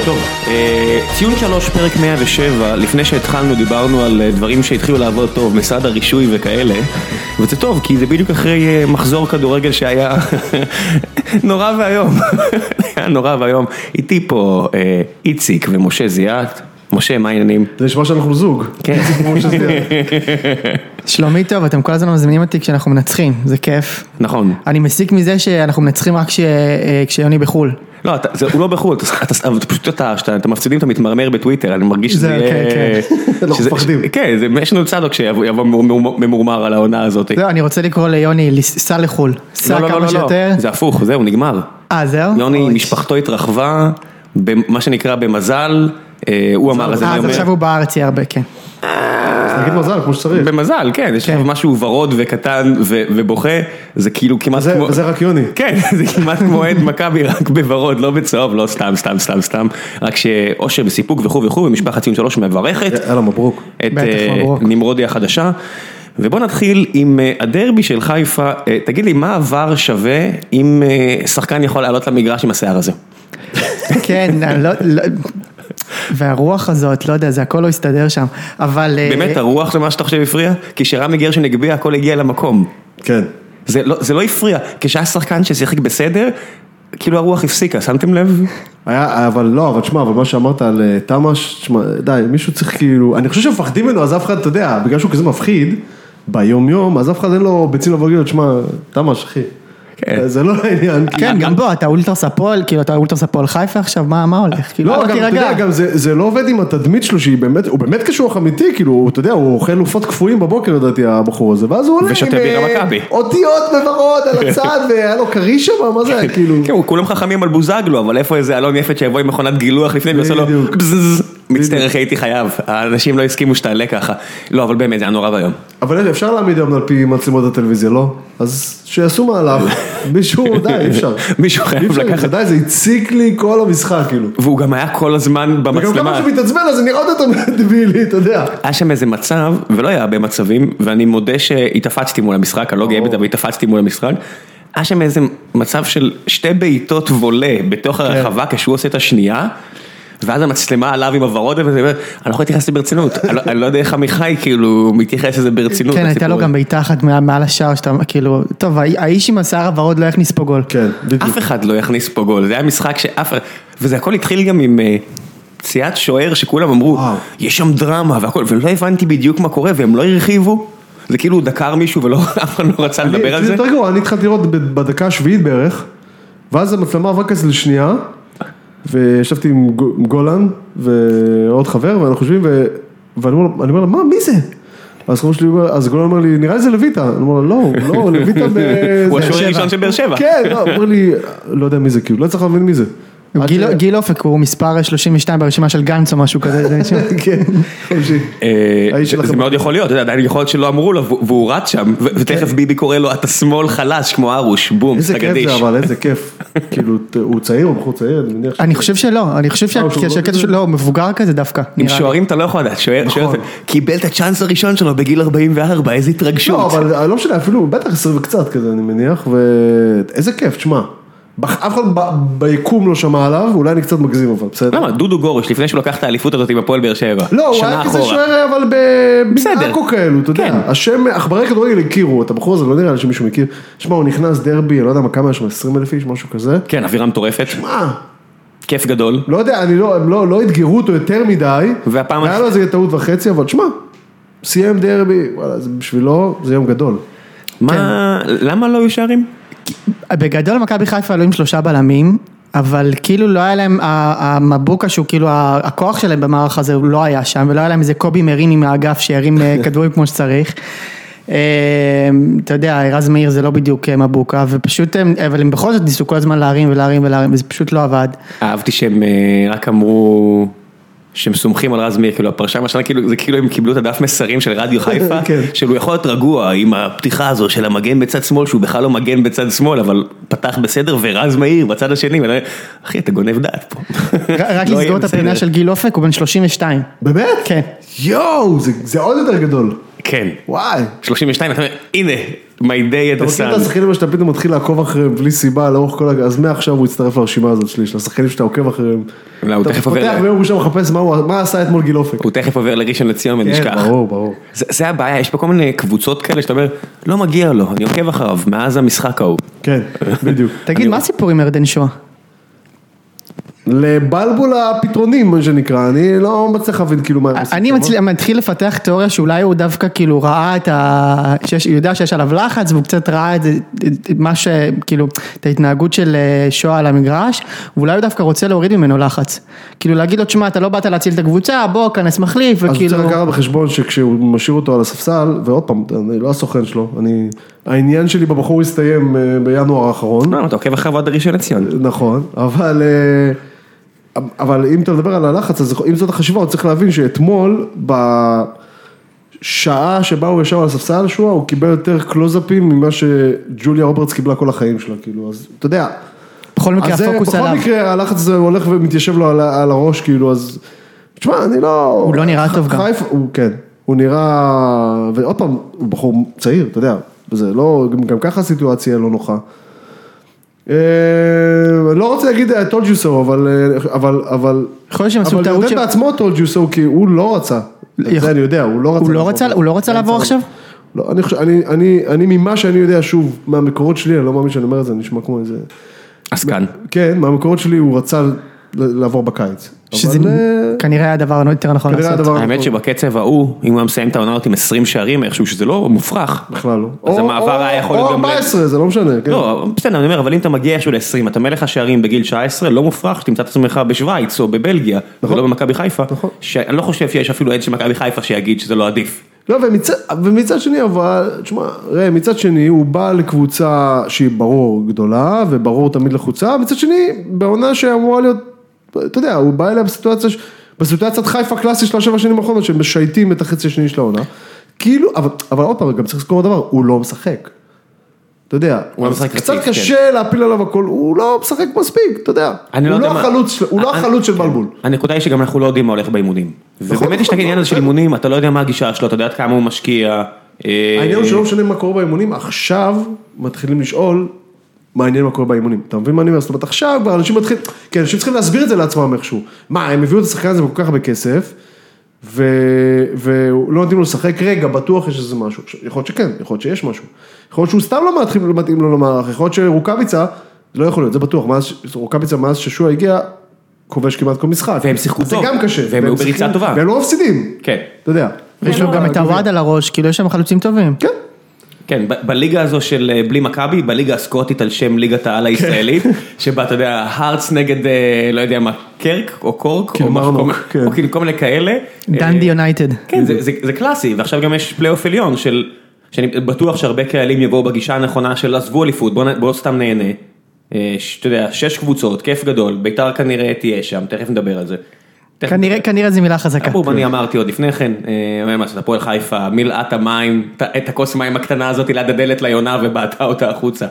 טוב, ציון 3 פרק 107, לפני שהתחלנו דיברנו על דברים שהתחילו לעבוד טוב, משרד הרישוי וכאלה, וזה טוב כי זה בדיוק אחרי מחזור כדורגל שהיה נורא והיום, היה נורא והיום, איתי פה איציק ומשה זיאת, משה, מה העניינים? זה נשמע שאנחנו זוג. כן. שלומי טוב, אתם כל הזמן מזמינים אותי כשאנחנו מנצחים, זה כיף. נכון. אני מסיק מזה שאנחנו מנצחים רק כשיוני בחול. לא, הוא לא בחול, פשוט אתה מפסידים, אתה מתמרמר בטוויטר, אני מרגיש שזה יהיה... אנחנו מפחדים. כן, יש לנו צדוק שיבוא ממורמר על העונה הזאת. זהו, אני רוצה לקרוא ליוני, סע לחול. סע כמה שיותר. זה הפוך, זהו, נגמר. זהו? יוני, משפחתו התרחבה, מה שנקרא במזל, הוא אמר, אז עכשיו הוא בארץ יהיה הרבה, כן. נגיד מזל, כמו שצריך. במזל, כן, יש משהו ורוד וקטן ובוכה, זה כאילו כמעט כמו... וזה רק יוני. כן, זה כמעט כמו עד מכבי, רק בוורוד, לא בצהוב, לא סתם, רק שאושר בסיפוק וכו', ומשפחת ציון 3 מברכת. יאללה, מברוק. את נמרודי החדשה. ובוא נתחיל עם הדרבי של חיפה, תגיד לי, מה עבר שווה אם שחקן יכול לעלות למגרש עם השיער הזה? כן, והרוח הזאת, לא יודע, זה הכל לא הסתדר שם, אבל... באמת, הרוח זה מה שאתה חושב הפריע? כי שרמי גרשון נגביע, הכל הגיע למקום. כן. זה לא הפריע, כשהיה שחקן ששיחק בסדר, כאילו הרוח הפסיקה, שמתם לב? אבל תשמע, אבל מה שאמרת על תמש, תשמע, די, מישהו צריך כאילו, אני חושב שמפחדים ממנו, אז אף אחד, אתה יודע, בגלל שהוא כזה מפחיד, ביום יום, אז אף אחד אין לו ביצים לבוא להגיד, תשמע, תמש, אחי. זה לא העניין. כן, גם בוא, אתה אולטרס הפועל, כאילו אתה אולטרס הפועל חיפה עכשיו, מה הולך? לא, גם, אתה יודע, גם זה לא עובד עם התדמית שלו, הוא באמת קשוח אמיתי, כאילו, אתה יודע, הוא אוכל לופות קפואים בבוקר, לדעתי, הבחור הזה, ואז הוא עולה ושותה בירה מכבי. אותיות בוורוד על הצד, והיה לו קרי שם, מה זה, כאילו. כן, כולם חכמים על בוזגלו, אבל איפה איזה אלון יפת שיבוא עם מכונת גילוח לפני, ועושה לו בזז, מצטער איך הייתי חייב, האנשים לא הסכימו שתעלה ככה, לא, אבל באמת, זה היה נורא והיום. אבל אפשר להעמיד היום על פי מצלמות הטלוויזיה, לא? אז שיעשו מהלך, מישהו, די, אי אפשר. מישהו חייב לקחת. די, זה הציק לי כל המשחק, כאילו. והוא גם היה כל הזמן במצלמה. וגם כמה שמתעצבן, אז זה נראה עוד יותר דבילי, אתה יודע. היה שם איזה מצב, ולא היה הרבה מצבים, ואני מודה שהתאפצתי מול המשחק, אני לא גאה בזה, אבל התאפצתי מול המשחק. היה שם איזה מצב של שתי בעיטות וולה בתוך הרחבה, כשהוא עושה את השנייה, ואז המצלמה עליו עם הוורוד, ואני לא יכול להתייחס לזה ברצינות, אני לא יודע איך עמיחי כאילו מתייחס לזה ברצינות. כן, הייתה לו גם בעיטה אחת מעל השער, שאתה כאילו, טוב, האיש עם השיער הוורוד לא יכניס פה גול. כן, בדיוק. אף אחד לא יכניס פה גול, זה היה משחק שאף, וזה הכל התחיל גם עם פציעת שוער, שכולם אמרו, יש שם דרמה והכל, ולא הבנתי בדיוק מה קורה, והם לא הרחיבו, זה כאילו דקר מישהו, ולא, אף אחד לא רצה לדבר על זה. אני התחלתי לראות בדקה השביעית בערך, ואז המצלמה עברה כזה לשנייה, וישבתי עם גולן ועוד חבר, ואנחנו חושבים, ואני אומר לה, מה, מי זה? אז גולן אומר לי, נראה לי זה לויטה. אני אומר לה, לא, לויטה הוא השוער הראשון של באר שבע. כן, הוא אומר לי, לא יודע מי זה, כאילו, לא צריך להבין מי זה. גיל אופק הוא מספר 32 ברשימה של גנץ או משהו כזה. כן, זה מאוד יכול להיות, עדיין יכול להיות שלא אמרו לו, והוא רץ שם, ותכף ביבי קורא לו, אתה שמאל חלש כמו ארוש, בום, איזה כיף זה, אבל איזה כיף. כאילו, הוא צעיר, הוא בחור צעיר, אני מניח אני חושב שלא, אני חושב שהקטע שלו, הוא מבוגר כזה דווקא. עם שוערים אתה לא יכול לדעת, שוער קיבל את הצ'אנס הראשון שלו בגיל 44, איזה התרגשות. לא, אבל לא משנה, אפילו בטח 20 וקצת כזה, אני מניח, ואיזה כיף, תשמע. אף אחד ביקום לא שמע עליו, אולי אני קצת מגזים אבל, בסדר. למה? דודו גורש, לפני שהוא לקח את האליפות הזאת עם הפועל באר שבע. לא, הוא היה כזה שוער, אבל בעכו כאלו, אתה יודע. השם, עכברי כדורגל הכירו, את הבחור הזה לא נראה לי שמישהו מכיר. שמע, הוא נכנס דרבי, אני לא יודע כמה יש שם, 20,000 איש, משהו כזה. כן, אווירה מטורפת. שמע. כיף גדול. לא יודע, הם לא התגרו אותו יותר מדי. והפעם... היה לו איזה טעות וחצי, אבל שמע, סיים דרבי, וואלה, בשבילו זה יום גדול. למה לא היו שערים? בגדול מכבי חיפה עלו עם 3 בלמים, אבל כאילו לא היה להם, המבוקה שהוא כאילו, הכוח שלהם במערך הזה הוא לא היה שם, ולא היה להם איזה קובי מריני מהאגף שירים כדורים כמו שצריך. אתה יודע, רז מאיר זה לא בדיוק מבוקה, ופשוט, אבל הם בכל זאת ניסו כל הזמן להרים ולהרים ולהרים, וזה פשוט לא עבד. אהבתי שהם רק אמרו... שהם סומכים על רז מאיר, כאילו הפרשה משנה, זה כאילו הם קיבלו את הדף מסרים של רדיו חיפה, שהוא יכול להיות רגוע עם הפתיחה הזו של המגן בצד שמאל, שהוא בכלל לא מגן בצד שמאל, אבל פתח בסדר, ורז מאיר בצד השני, אחי, אתה גונב דעת פה. רק לסגור את הפינה של גיל אופק, הוא בן 32. באמת? כן. יואו, זה עוד יותר גדול. כן. וואי. 32, אתה אומר, הנה, my day at אתה the מכיר את sun. השחקנים שאתה פתאום מתחיל לעקוב אחריהם בלי סיבה, לאורך כל אז מעכשיו הוא יצטרף לרשימה הזאת שלי, של השחקנים שאתה עוקב אחריהם. לא, הוא אתה תכף עובר, פותח ביום ראשון מחפש מה עשה אתמול גיל אופק. הוא תכף עובר לראשון לציון ונשכח. כן, ברור. זה הבעיה, יש פה כל מיני קבוצות כאלה שאתה אומר, לא מגיע לו, אני עוקב אחריו, מאז המשחק ההוא. כן, בדיוק. תגיד, מה הסיפור עם ירדן שואה? לבלבול הפתרונים, מה שנקרא, אני לא מצליח להבין כאילו מה... אני מתחיל לפתח תיאוריה שאולי הוא דווקא כאילו ראה את הוא יודע שיש עליו לחץ, והוא קצת ראה את מה שכאילו, את ההתנהגות של שואה על המגרש, ואולי הוא דווקא רוצה להוריד ממנו לחץ. כאילו להגיד לו, תשמע, אתה לא באת להציל את הקבוצה, בוא, כנס מחליף, וכאילו... אז הוא צריך לקחת בחשבון שכשהוא משאיר אותו על הספסל, ועוד פעם, אני לא הסוכן שלו, העניין שלי בבחור הסתיים בינואר האחרון. לא, אתה עוקב אחריו עד ראשון לציון. נכון, אבל אם אתה מדבר על הלחץ, אז אם זאת החשיבה, הוא צריך להבין שאתמול, בשעה שבה הוא ישב על הספסל שואה, הוא קיבל יותר קלוזאפים ממה שג'וליה רוברטס קיבלה כל החיים שלה, כאילו, אז אתה יודע. בכל מקרה הפוקוס עליו. בכל מקרה הלחץ הזה הולך ומתיישב לו על הראש, כאילו, אז, תשמע, אני לא... הוא לא נראה טוב גם. כן, הוא נראה, ועוד פעם, הוא בחור צעיר, אתה יודע, וזה לא, גם ככה הסיטואציה לא נוחה. לא רוצה להגיד I told you so, אבל ירדן בעצמו told you so, כי הוא לא רצה, זה אני יודע, הוא לא רצה לעבור עכשיו? לא, אני ממה שאני יודע, שוב, מהמקורות שלי, אני לא מאמין שאני אומר את זה, נשמע כמו איזה... עסקן. כן, מהמקורות שלי הוא רצה לעבור בקיץ. שזה כנראה הדבר יותר נכון לעשות. האמת שבקצב ההוא, אם הוא מסיים את העונה עם 20 שערים, איכשהו שזה לא מופרך. בכלל לא. אז המעבר היה יכול להיות גם... או 14, זה לא משנה. לא, בסדר, אני אומר, אבל אם אתה מגיע איכשהו ל-20, אתה מלך השערים בגיל 19, לא מופרך שתמצא את עצמך בשוויץ או בבלגיה, ולא במכבי חיפה, שאני לא חושב שיש אפילו עד של מכבי חיפה שיגיד שזה לא עדיף. לא, ומצד שני, אבל, תשמע, מצד שני, הוא בא לקבוצה שהיא ברור גדולה, וברור תמיד לחוצה, מצד שני, בעונה שאמורה להיות, אתה יודע, הוא בא אליה בסיטואציית חיפה קלאסית של 7 שנים האחרונות, שהם משייטים את החצי השני של העונה, כאילו, אבל עוד פעם, גם צריך לזכור דבר, הוא לא משחק. אתה יודע, קצת קשה להפיל עליו הכל, הוא לא משחק מספיק, אתה יודע, הוא לא החלוץ של בלבול. הנקודה היא שגם אנחנו לא יודעים מה הולך באימונים, ובאמת יש את העניין הזה של אימונים, אתה לא יודע מה הגישה שלו, אתה יודע כמה הוא משקיע. העניין הוא שלא משנה מה קורה באימונים, עכשיו מתחילים לשאול מה העניין מה קורה באימונים, אתה מבין מה אני אומר? זאת אומרת, עכשיו כבר אנשים מתחילים, כן, אנשים צריכים להסביר את זה לעצמם איכשהו, מה, הם הביאו את השחקן הזה כל כך הרבה כסף, ולא נותנים לו לשחק, רגע, בטוח יש איזה משהו, יכול להיות שכן, יכול להיות שיש משהו, יכול להיות שהוא סתם לא מתאים לו למערך, יכול להיות שרוקאביצה, לא יכול להיות, זה בטוח, רוקאביצה מאז ששועה הגיע, כובש כמעט כל משחק, והם שיחקו טוב, זה גם קשה, והם היו בריצה טובה, והם לא מפסידים, כן, אתה יודע, יש לו גם את הוואד על הראש, כאילו יש שם חלוצים טובים. כן. כן, בליגה הזו של בלי מכבי, בליגה הסקוטית על שם ליגת העל הישראלית, שבה אתה יודע, הארץ נגד, לא יודע מה, קרק או קורק, או כל מיני כאלה. דנדי יונייטד. כן, זה קלאסי, ועכשיו גם יש פלייאוף עליון של, שאני בטוח שהרבה קהלים יבואו בגישה הנכונה של עזבו אליפות, בואו סתם נהנה. אתה יודע, 6 קבוצות, כיף גדול, ביתר כנראה תהיה שם, תכף נדבר על זה. כנראה זה מילה חזקה. אני אמרתי עוד לפני כן, הפועל חיפה, מילאת המים, את הכוס מים הקטנה הזאת ליד הדלת ליונה ובעטה אותה החוצה.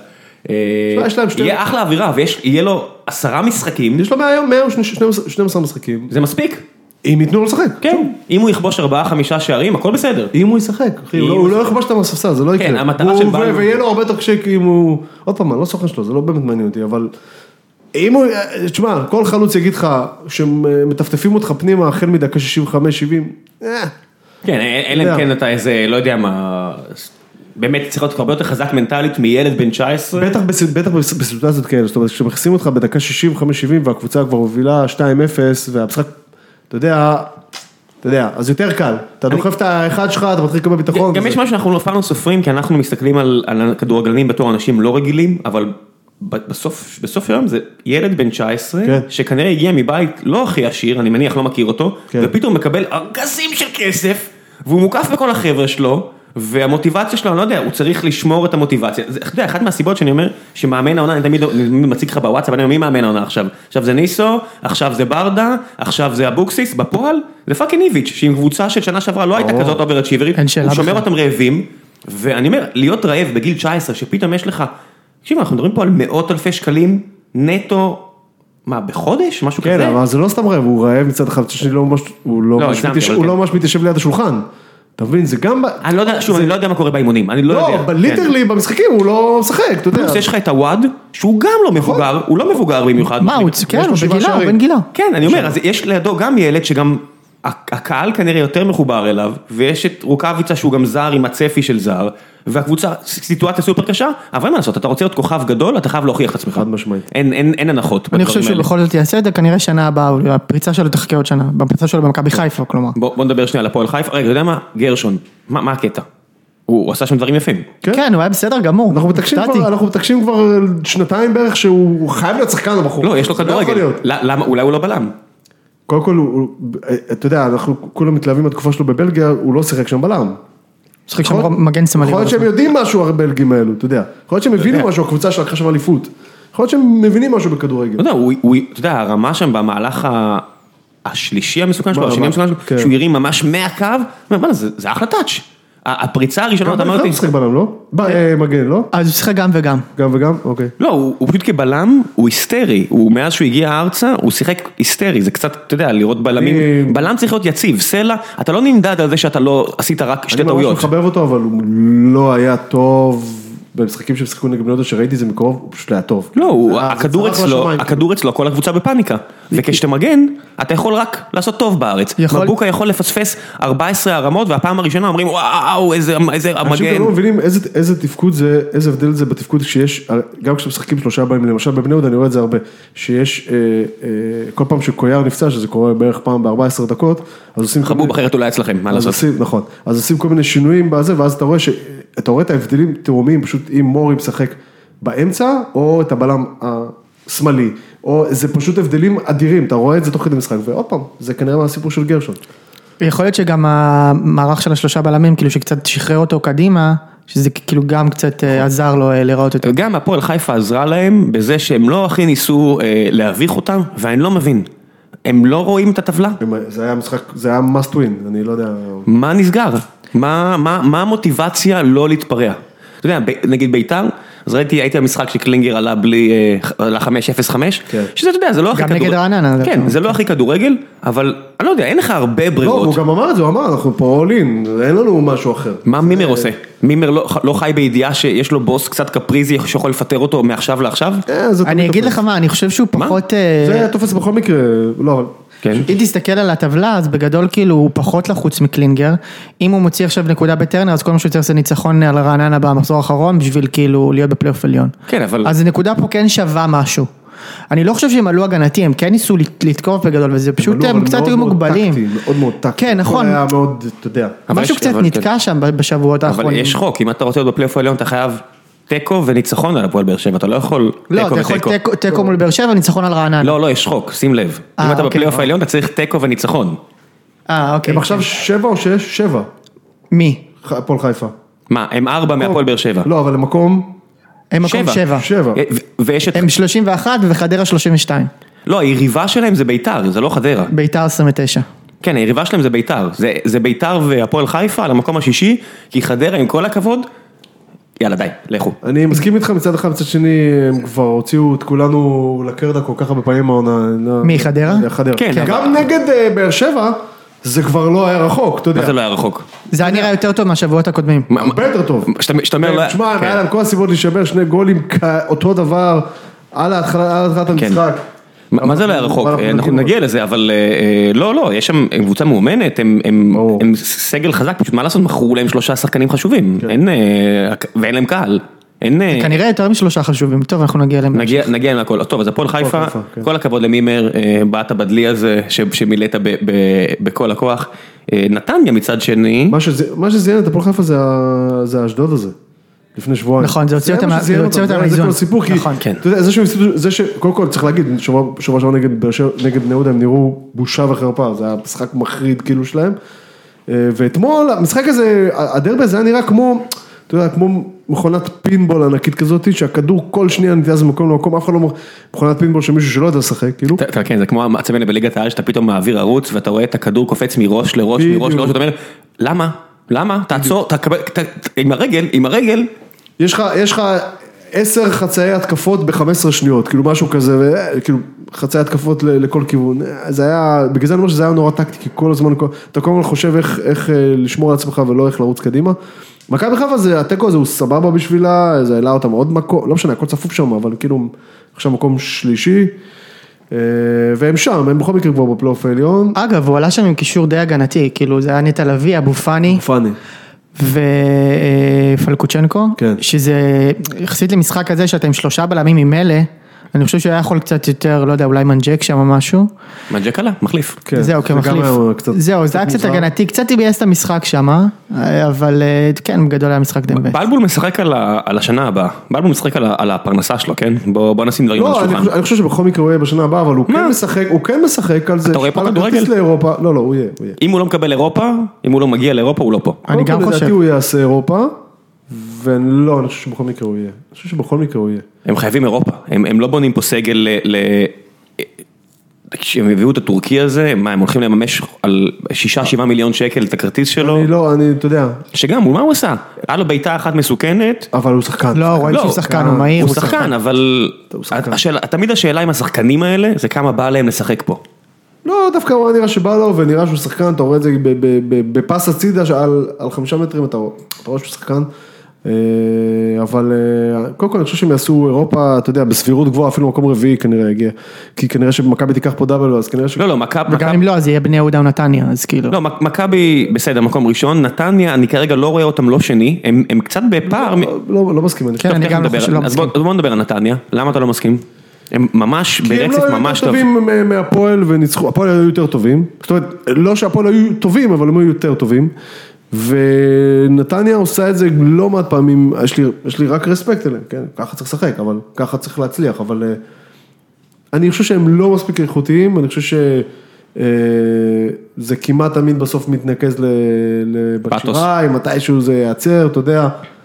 יהיה אחלה אווירה, ויהיה לו 10 משחקים. יש לו מהיום 12 משחקים. זה מספיק? אם ייתנו לו לשחק. כן, אם הוא יכבוש 4-5 שערים, הכל בסדר. אם הוא ישחק, הוא לא יכבוש את המספסל, זה לא יקרה. כן, המטרה של בלבול. ויהיה לו הרבה יותר קשה, כי אם הוא, עוד פעם, אני לא סוכן שלו, זה לא באמת מעניין אותי, אבל אם הוא, תשמע, כל חלוץ יגיד לך, שמטפטפים אותך פנימה, החל מדקה 65-70, כן, אלא כן אתה איזה, לא יודע מה, באמת צריך להיות הרבה יותר חזק מנטלית מילד בן 19. בטח בסיטואציות כאלה, זאת אומרת, כשמכניסים אותך בדקה 65-70, והקבוצה כבר הובילה 2-0, והמשחק, אתה יודע, אז יותר קל, אתה דוחף את האחד שלך, אתה מתחיל לקבל ביטחון. גם יש משהו שאנחנו אף פעם לא סופרים, כי אנחנו מסתכלים על הכדורגלנים בתור אנשים לא רגילים, אבל בסוף היום זה ילד בן 19, שכנראה הגיע מבית לא הכי עשיר, אני מניח לא מכיר אותו, ופתאום מקבל ארגזים של כסף, והוא מוקף בכל החבר'ה שלו, והמוטיבציה שלו, אני לא יודע, הוא צריך לשמור את המוטיבציה. אתה יודע, אחת מהסיבות שאני אומר, שמאמן העונה, אני תמיד מציג לך בוואטסאפ, אני אומר, מי מאמן העונה עכשיו? עכשיו זה ניסו, עכשיו זה ברדה, עכשיו זה אבוקסיס, בפועל, זה פאקינג איביץ', שעם קבוצה של שנה שעברה לא הייתה כזאת אוברצ'יברית, הוא שומר אותם רעבים, ואני אומר, להיות רעב בגיל 19, שפתאום יש לך, תקשיב, אנחנו מדברים פה על מאות אלפי שקלים, נטו, מה, בחודש? משהו כזה? כן, אבל זה לא סתם רעב, הוא רעב מצד אחד, הוא לא ממש מתיישב ליד השולחן. אתה מבין, זה גם... אני לא יודע, שוב, אני לא יודע מה קורה באימונים, אני לא יודע. לא, בליטרלי במשחקים הוא לא משחק, אתה יודע. פלוס יש לך את הוואד, שהוא גם לא מבוגר, הוא לא מבוגר במיוחד. מה, הוא כן, הוא בגילה, הוא בן גילה. כן, אני אומר, אז יש לידו גם ילד שגם הקהל כנראה יותר מחובר אליו, ויש את רוקאביצה שהוא גם זר עם הצפי של זר, והקבוצה, סיטואציה סופר קשה, אבל אין מה לעשות, אתה רוצה להיות כוכב גדול, אתה חייב להוכיח את עצמך. חד משמעית. אין הנחות. אני חושב שהוא בכל זאת יעשה את זה, כנראה שנה הבאה, הפריצה שלו תחכה עוד שנה, בפריצה שלו במכבי חיפה, כלומר. בוא נדבר שנייה על הפועל חיפה, רגע, אתה יודע מה? גרשון, מה הקטע? הוא עשה שם דברים יפים. כן, הוא היה בסדר גמור. אנחנו מתקשים כבר שנתיים בערך שהוא חייב להיות שחקן הבחור. לא, יש לו כדורגל. למה? אולי הוא לא בלם. קודם כל, אתה יודע, אנחנו כולם מתלהבים בתקופה שלו בבלגיה, הוא לא שיחק שם בלם. שחק שם מגן סמלי. יכול להיות שהם יודעים משהו הבלגים האלו, אתה יודע. יכול להיות שהם מבינים משהו, הקבוצה שלקחה שם אליפות. יכול להיות שהם מבינים משהו בכדורגל. אתה יודע, הרמה שם במהלך השלישי המסוכן שלו, השני המסוכן שלו, שהוא הרים ממש מהקו, זה אחלה טאץ'. הפריצה הראשונה, אתה אמרתי... הוא משחק בלם, לא? מגן, לא? אז הוא שיחק גם וגם. גם וגם? אוקיי. לא, הוא פשוט כבלם, הוא היסטרי. מאז שהוא הגיע ארצה, הוא שיחק היסטרי. זה קצת, אתה יודע, לראות בלמים. בלם צריך להיות יציב. סלע, אתה לא נמדד על זה שאתה לא עשית רק שתי טעויות. אני ממש מחבב אותו, אבל הוא לא היה טוב במשחקים שמשחקו נגד בני יהודה, שראיתי זה מקרוב, הוא פשוט היה טוב. לא, הכדור אצלו, כל הקבוצה בפאניקה. וכשאתה מגן, אתה יכול רק לעשות טוב בארץ. מבוקה יכול לפספס 14 הרמות, והפעם הראשונה אומרים, וואו, איזה המגן. אנשים לא מבינים איזה תפקוד זה, איזה הבדל זה בתפקוד שיש, גם כשמשחקים 3 באים, למשל בבני יהודה, אני רואה את זה הרבה, שיש, כל פעם שקוייר נפצע, שזה קורה בערך פעם ב-14 דקות, אז עושים... חבוב אחרת אולי אצלכם, מה לעשות? נכון, אז עושים כל מיני שינויים בזה, ואז אתה רואה את ההבדלים תאומים, פשוט אם מורי משחק באמצע, או את הבלם השמאלי, או זה פשוט הבדלים אדירים, אתה רואה את זה תוך כדי משחק, ועוד פעם, זה כנראה מהסיפור של גרשון. יכול להיות שגם המערך של 3 בלמים, כאילו שקצת שחרר אותו קדימה, שזה כאילו גם קצת עזר לו לראות אותו. גם הפועל חיפה עזרה להם, בזה שהם לא הכי ניסו להביך אותם, ואני לא מבין. הם לא רואים את הטבלה? זה היה משחק, זה היה must win, אני לא יודע. מה נסגר? מה המוטיבציה לא להתפרע? אתה יודע, נגיד ביתר, אז הייתי במשחק שקלינגר עלה בלי, עלה 5-0-5, שזה, אתה יודע, זה לא הכי כדורגל. גם נגד רעננה. כן, זה לא הכי כדורגל, אבל אני לא יודע, אין לך הרבה ברירות. לא, הוא גם אמר את זה, הוא אמר, אנחנו פה עולין, אין לנו משהו אחר. מה מימר עושה? מימר לא חי בידיעה שיש לו בוס קצת קפריזי שיכול לפטר אותו מעכשיו לעכשיו? אני אגיד לך מה, אני חושב שהוא פחות... זה תופס בכל מקרה, לא אבל... אם תסתכל על הטבלה, אז בגדול כאילו הוא פחות לחוץ מקלינגר, אם הוא מוציא עכשיו נקודה בטרנר, אז כל מה שהוא צריך זה ניצחון על רעננה במחזור האחרון, בשביל כאילו להיות בפלייאוף עליון. כן, אבל... אז הנקודה פה כן שווה משהו. אני לא חושב שהם עלו הגנתי, הם כן ניסו לתקוף בגדול, וזה פשוט הם קצת היו מוגבלים. מאוד מאוד טקטי. כן, נכון. היה מאוד, אתה יודע. משהו קצת נתקע שם בשבועות האחרונים. אבל יש חוק, אם אתה רוצה להיות בפלייאוף העליון, אתה חייב תיקו וניצחון על הפועל באר שבע, אתה לא יכול לא, אתה יכול תיקו מול באר שבע וניצחון על רעננה. לא, יש חוק, שים לב. אם אתה בפלייאוף העליון, אתה צריך תיקו וניצחון. אוקיי. הם עכשיו 7 או 6? 7. מי? הפועל חיפה. מה, הם 4 מהפועל באר שבע. לא, אבל למקום... הם מקום 7. 7. הם 31 וחדרה 32. לא, היריבה שלהם זה ביתר, זה לא חדרה. ביתר 29. כן, היריבה שלהם זה ביתר. זה ביתר והפועל חיפה על המקום השישי, כי חדרה עם כל הכבוד, יאללה די, לכו. אני מסכים איתך מצד אחד, מצד שני, הם כבר הוציאו את כולנו לקרדה כל כך הרבה פעמים מהעונה. מי, חדרה? חדרה. כן. גם נגד באר שבע, זה כבר לא היה רחוק, אתה יודע. מה זה לא היה רחוק? זה היה נראה יותר טוב מהשבועות הקודמים. הרבה יותר טוב. שאתה אומר... תשמע, היה להם כל הסיבות להישבר 2 גולים אותו דבר, על התחלת המשחק. מה זה לא היה רחוק? אנחנו נגיע לזה, אבל לא, יש שם קבוצה מאומנת, הם סגל חזק, פשוט מה לעשות, מכרו להם 3 שחקנים חשובים, ואין להם קהל. כנראה יותר מ3 חשובים, טוב, אנחנו נגיע להם. נגיע להם לכל, טוב, אז הפועל חיפה, כל הכבוד למימר, באת בדלי הזה, שמילאת בכל הכוח, נתניה מצד שני. מה שזיין את הפועל חיפה זה האשדוד הזה. לפני שבועיים. נכון, זה הוציא אותם מהאיזון. זה כל סיפור, כי אתה יודע, זה שקודם כל צריך להגיד, שבוע שעבר נגד בני יהודה הם נראו בושה וחרפה, זה היה משחק מחריד כאילו שלהם, ואתמול המשחק הזה, הדרבי הזה היה נראה כמו, אתה יודע, כמו מכונת פינבול ענקית כזאת, שהכדור כל שנייה נתיאז ממקום למקום, אף אחד לא מכונת פינבול שמישהו שלא יודע לשחק, כאילו. כן, זה כמו המצבן בליגת העל, שאתה פתאום מעביר ערוץ, ואתה רואה את הכדור קופץ מראש לראש, ואתה אומר, למה? למה? תעצור, עם הרגל. יש לך 10 חצאי התקפות ב-15 שניות, כאילו משהו כזה, כאילו חצאי התקפות לכל כיוון, זה היה, בגלל זה אני אומר שזה היה נורא טקטי, כי כל הזמן, אתה כל הזמן חושב איך לשמור על עצמך ולא איך לרוץ קדימה. מכבי חיפה התיקו הזה הוא סבבה בשבילה, זה העלה אותה מאוד מקום, לא משנה, הכל צפוף שם, אבל כאילו עכשיו מקום שלישי, והם שם, הם בכל מקרה כבר בפלייאוף העליון. אגב, הוא עלה שם עם קישור די הגנתי, כאילו זה היה נטע לביא, אבו פאני. ופלקוצ'נקו, כן. שזה יחסית למשחק הזה שאתה עם 3 בלמים עם אלה, אני חושב שהיה יכול קצת יותר, לא יודע, אולי מנג'ק שם או משהו. מנג'ק עלה, מחליף. זהו, כמחליף. זהו, זה היה קצת הגנתי, קצת תיבייס את המשחק שם, אבל כן, בגדול היה משחק די מבאס. בלבול משחק על השנה הבאה, בלבול משחק על הפרנסה שלו, כן? בוא נשים דברים על השולחן. אני חושב שבכל מקרה הוא יהיה בשנה הבאה, אבל הוא כן משחק על זה. אתה רואה פה כדורגל? לא, הוא יהיה. אם הוא לא מקבל אירופה, אם הוא לא מגיע לאירופה, הוא לא פה. אני גם חושב. לדעתי הוא יעשה אירופה, ולא, אני חושב שבכל מקרה הוא יהיה. אני חושב שבכל מקרה הוא יהיה. הם חייבים אירופה, הם לא בונים פה סגל כשהם הביאו את הטורקי הזה, מה, הם הולכים לממש על 6-7 מיליון שקל את הכרטיס שלו? אתה יודע. שגם, מה הוא עשה? היה לו בעיטה אחת מסוכנת. אבל הוא שחקן. לא, רואים שהוא שחקן, הוא מהיר. הוא שחקן, אבל תמיד השאלה עם השחקנים האלה, זה כמה בא להם לשחק פה. לא, דווקא הוא נראה שבא לו, ונראה שהוא שחקן, אתה רואה את זה בפס הצידה, על 5 מטרים, אתה רואה שהוא שחקן. אבל קודם כל אני חושב שהם יעשו אירופה, אתה יודע, בסבירות גבוהה, אפילו מקום רביעי כנראה יגיע, כי כנראה שמכבי תיקח פה דאבל, אז כנראה לא, וגם אם לא, אז יהיה בני יהודה או נתניה, אז כאילו. לא, מכבי בסדר, מקום ראשון, נתניה, אני כרגע לא רואה אותם לא שני, הם קצת בפער. לא מסכים. כן, אני גם לא מסכים. אז בוא נדבר על נתניה, למה אתה לא מסכים? הם ממש ברצף ממש טוב. כי הם לא היו יותר טובים מהפועל וניצחו, הפועל היו יותר טובים, זאת אומרת, לא שהפועל היו טובים, אבל הם היו יותר טובים. ונתניה עושה את זה לא מעט פעמים, יש לי רק רספקט אליהם, כן? ככה צריך לשחק, אבל ככה צריך להצליח, אבל אני חושב שהם לא מספיק איכותיים, אני חושב שזה כמעט תמיד בסוף מתנקז לבשירה, אם מתישהו זה יעצר, אתה יודע,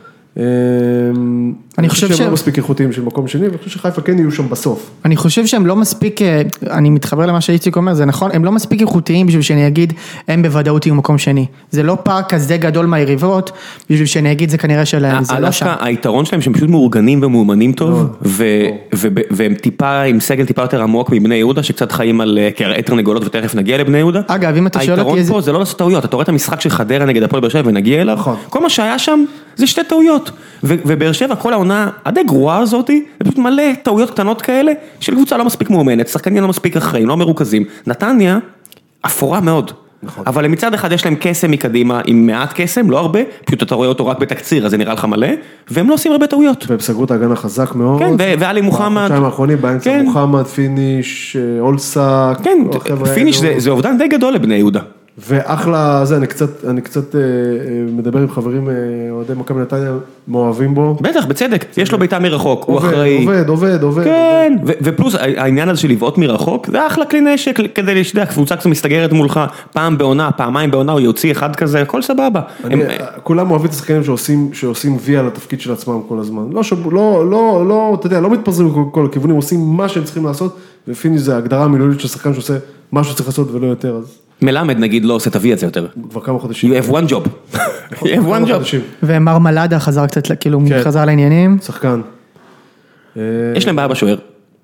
אני חושב שהם לא מספיק איכותיים של מקום שני, ואני חושב שחיפה כן יהיו שם בסוף. אני חושב שהם לא מספיק, אני מתחבר למה שאיציק אומר, זה נכון, הם לא מספיק איכותיים בשביל שאני אגיד, הם בוודאות יהיו מקום שני. זה לא פער כזה גדול מהיריבות, בשביל שאני אגיד, זה כנראה שלהם, זה לא שם. היתרון שלהם שהם פשוט מאורגנים ומאומנים טוב, והם טיפה, עם סגל טיפה יותר עמוק מבני יהודה, שקצת חיים על קרעי תרנגולות, ותכף נגיע לבני יהודה. אגב, אם אתה שואל אותי היתרון פה זה לא לעשות טעויות, אתה רואה את המשחק של חדרה נגד הפועל באר שבע ונגיע אליו. כל מה שהיה שם זה 2 טעויות. ובאר שבע כל העונה הדי גרועה הזאת, זה פשוט מלא טעויות קטנות כאלה, של קבוצה לא מספיק מאומנת, שחקנים לא מספיק אחראים, לא מרוכזים. נתניה אפורה מאוד. אבל מצד אחד יש להם קסם מקדימה, עם מעט קסם, לא הרבה, פשוט אתה רואה אותו רק בתקציר, אז זה נראה לך מלא, והם לא עושים הרבה טעויות. והם סגרו את ההגנה חזק מאוד. כן, ואלי מוחמד. בחודשיים האחרונים, באמצע מוחמד, פיניש, אולסק. כן, פיניש זה אובדן די גדול לבני יהודה. ואחלה, זה, אני קצת מדבר עם חברים, אוהדי מכבי נתניה, מאוהבים בו. בטח, בצדק, יש לו ביתה מרחוק, הוא אחראי. עובד. כן, ופלוס העניין הזה של לבעוט מרחוק, זה אחלה כלי נשק, כדי לשדע, הקבוצה קצת מסתגרת מולך, פעם בעונה, פעמיים בעונה, הוא יוציא אחד כזה, הכל סבבה. כולם אוהבים את השחקנים שעושים וי על התפקיד של עצמם כל הזמן. לא, אתה יודע, לא מתפזרים כל הכיוונים, עושים מה שהם צריכים לעשות, ופיניש זה ההגדרה המילולית של שחקן שעושה מה שצריך לעשות ולא יותר, אז... מלמד נגיד לא עושה תביא את זה יותר. כבר כמה חודשים. You have one job. You have one job. ומרמלדה חזר קצת, כאילו חזר לעניינים. שחקן. יש להם בעיה בשוער.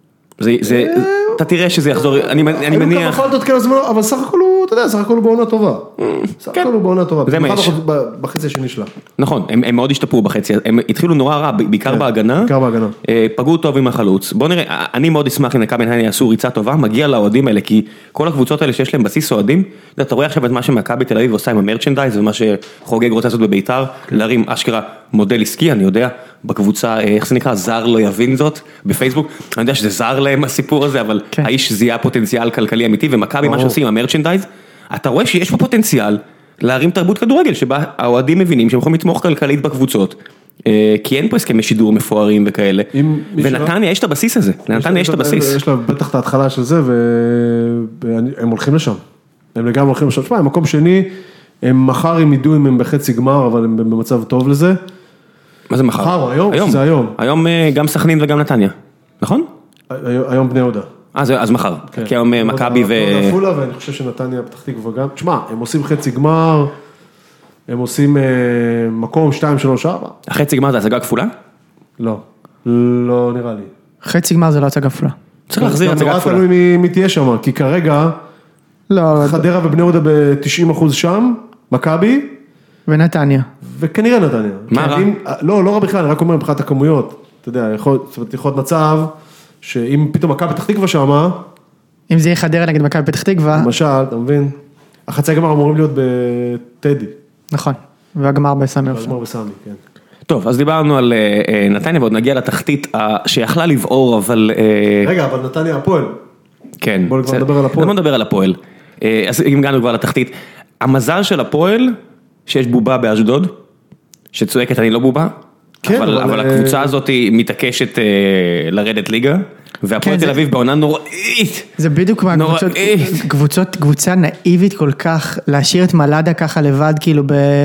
אתה תראה שזה יחזור, אני מניח. אין כמה חלטות כאלה זמן, אבל סך הכל הוא, אתה יודע, סך הכל הוא בעונה טובה. סך הכל הוא בעונה טובה. זה מה יש. בחצי השני שלה. נכון, הם מאוד השתפרו בחצי, הם התחילו נורא רע, בעיקר בהגנה. בעיקר בהגנה. פגעו טוב עם החלוץ. בוא נראה, אני מאוד אשמח אם מכבי נתניה יעשו ריצה טובה, מגיע לאוהדים האלה, כי כל הקבוצות האלה שיש להם בסיס אוהדים, אתה רואה עכשיו את מה שמכבי תל אביב עושה עם המרצ'נדייז, ומה שחוגג רוצה לעשות בביתר, להרים אשכרה מודל עסקי, אני יודע, בקבוצה, איך זה נקרא, זר לא יבין זאת, בפייסבוק, אני יודע שזה זר להם הסיפור הזה, אבל האיש זיהה פוטנציאל כלכלי אמיתי, ומכבי מה שעושים עם המרצ'נדייז, אתה רואה שיש פה פוטנציאל להרים תרבות כדורגל, שבה האוהדים מבינים שהם יכולים לתמוך כלכלית בקבוצות, כי אין פה הסכמי שידור מפוארים וכאלה, ונתניה יש את הבסיס הזה, לנתניה יש את הבסיס. יש לה בטח את ההתחלה של זה, והם הולכים לשם, הם לגמרי הולכים לשם, שמה, מקום שני, הם מחר הם ידעו אם הם בחצי גמר, אבל הם במצב טוב לזה. מה זה מחר? היום, זה היום. היום גם סכנין וגם נתניה, נכון? היום בני יהודה. אז מחר, כי היום מכבי עפולה, ואני חושב שנתניה פתח תקווה גם, תשמע, הם עושים חצי גמר, הם עושים מקום 2, 3, 4. החצי גמר זה השגה כפולה? לא. לא נראה לי. חצי גמר זה לא הצגה כפולה. צריך להחזיר הצגה נורא כפולה. תלוי מי תהיה שם, כי כרגע, לא, חדרה ובני יהודה ב-90% שם, מכבי, ונתניה. וכנראה נתניה. מה רע? לא רע בכלל, אני רק אומר מבחינת הכמויות. אתה יודע, יכול להיות מצב, שאם פתאום מכבי פתח תקווה שמה, אם זה יהיה חדרה נגד מכבי פתח תקווה, למשל, אתה מבין? החצי גמר אמורים להיות בטדי. נכון, והגמר בסמי עופר. הגמר בסמי, כן. טוב, אז דיברנו על נתניה, ועוד נגיע לתחתית שיכלה לבעור, אבל... רגע, אבל נתניה הפועל. כן. בואו כבר נדבר על הפועל. בואו נדבר על הפועל. אז אם הגענו כבר לתחתית, המזל של הפועל, שיש בובה באשדוד, שצועקת אני לא בובה, כן, אבל הקבוצה הזאת היא מתעקשת לרדת ליגה, והפועל כן, תל אביב בעונה נוראית. זה בדיוק קבוצה נאיבית כל כך, להשאיר את מלאדה ככה לבד, כאילו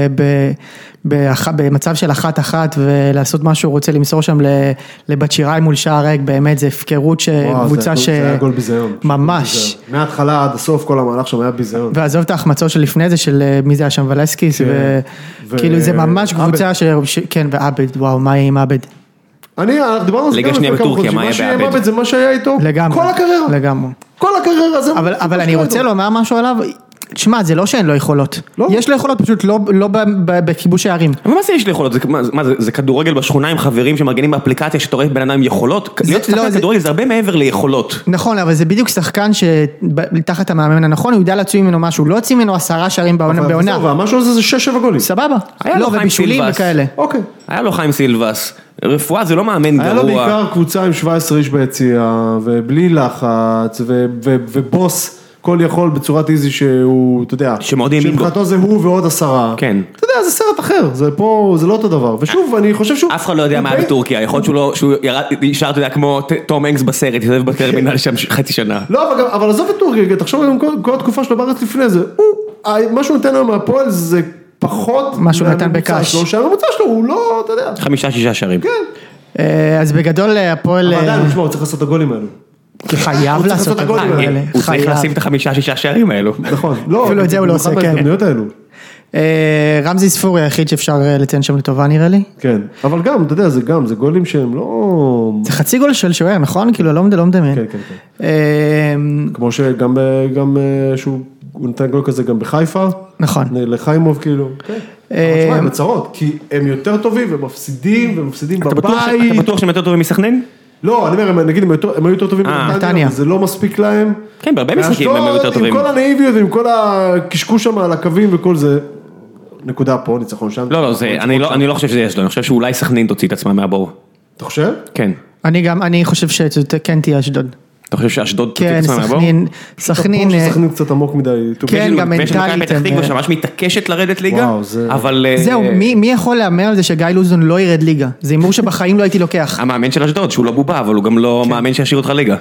במצב של 1-1, ולעשות מה שהוא רוצה למסור שם לבת שיראי מול שער ריק, באמת זה הפקרות שקבוצה זה היה גול ביזיון. ממש. מההתחלה עד הסוף כל המהלך שם היה ביזיון. ועזוב את ההחמצות של לפני זה, של מי זה היה שם ולסקיס, וכאילו זה ממש קבוצה כן, ועבד, וואו, מה יהיה עם עבד? דיברנו על זה ליגה שנייה בטורקיה, מה היה בעבד? זה מה שהיה איתו, לגמרי. כל הקריירה. לגמרי. כל הקריירה זה... אבל אני רוצה לומר משהו עליו, תשמע, זה לא שאין לו יכולות. יש לו יכולות, פשוט לא בכיבוש הערים. אבל מה זה יש לי יכולות? זה כדורגל בשכונה עם חברים שמארגנים באפליקציה שאתה רואה בן אדם עם יכולות? להיות שחקן כדורגל זה הרבה מעבר ליכולות. נכון, אבל זה בדיוק שחקן שתחת המאמן הנכון, הוא יודע להוציא ממנו משהו, לא הוציא ממנו 10 שערים בעונה. והמשהו הזה זה 6-7 גולים. סבבה. לא, ובישולים וכאלה. אוקיי. היה לו חיים סילבס. רפואה זה לא מאמן גרוע. היה לו בעיקר קבוצה עם 17 איש ביציאה, ובלי לחץ, ובוס כל יכול בצורת איזי שהוא, אתה יודע, שמאוד האמין בו. שמחתו זה הוא ועוד 10. כן. אתה יודע, זה סרט אחר, זה פה, זה לא אותו דבר. ושוב, אני חושב שהוא... אף אחד לא יודע מה היה בטורקיה, יכול להיות שהוא ישר, אתה יודע, כמו תום הנקס בסרט, יושב בטרמינל שם חצי שנה. לא, אבל עזוב את טורקיה, תחשוב גם כל התקופה שלו בארץ לפני זה, מה שהוא נותן היום מהפועל זה פחות... מה שהוא נתן בקש. שהממוצע שלו הוא לא, אתה יודע. 5-6 שערים. כן. אז בגדול הפועל... אבל עדיין, תשמע, הוא צריך לעשות את הגולים האלו. חייב לעשות את הגולים האלה. הוא צריך לשים את 5-6 שערים האלו. נכון. אפילו את זה הוא לא עושה, כן. בהזדמנויות האלו. רמזי ספורי היחיד שאפשר לציין שם לטובה נראה לי. כן, אבל גם, אתה יודע, זה גולים שהם לא... זה חצי גול של שוער, נכון? כאילו, לא מדמיין. כן, כן, כן. כמו שגם שהוא נתן גול כזה גם בחיפה. נכון. לחיימוב כאילו. כן. אבל תשמע, הם בצרות, כי הם יותר טובים ומפסידים בבית. אתה בטוח שהם יותר טובים מסכנין? לא, אני אומר, נגיד, הם היו יותר טובים בנתניה, זה לא מספיק להם. כן, בהרבה משחקים הם היו יותר טובים. עם כל הנאיביות, עם כל הקשקוש שם על הקווים וכל זה, נקודה פה, ניצחון שם. לא, אני לא חושב שזה יש לו, אני חושב שאולי סכנין תוציא את עצמה מהבור. אתה חושב? כן. אני חושב שכן תהיה אשדוד. אתה חושב שאשדוד תוציא את כן, עצמה מהבור? סכנין. סכנין קצת עמוק מדי. כן, גם ויש מכבי מנטלית. פתח תקווה שממש מתעקשת לרדת ליגה, אבל... זהו, מי יכול לאמר על זה שגיא לוזון לא ירד ליגה? זה הימור שבחיים לא הייתי לוקח. המאמן של אשדוד, שהוא לא בובה, אבל הוא גם לא מאמן שישאיר אותך ליגה.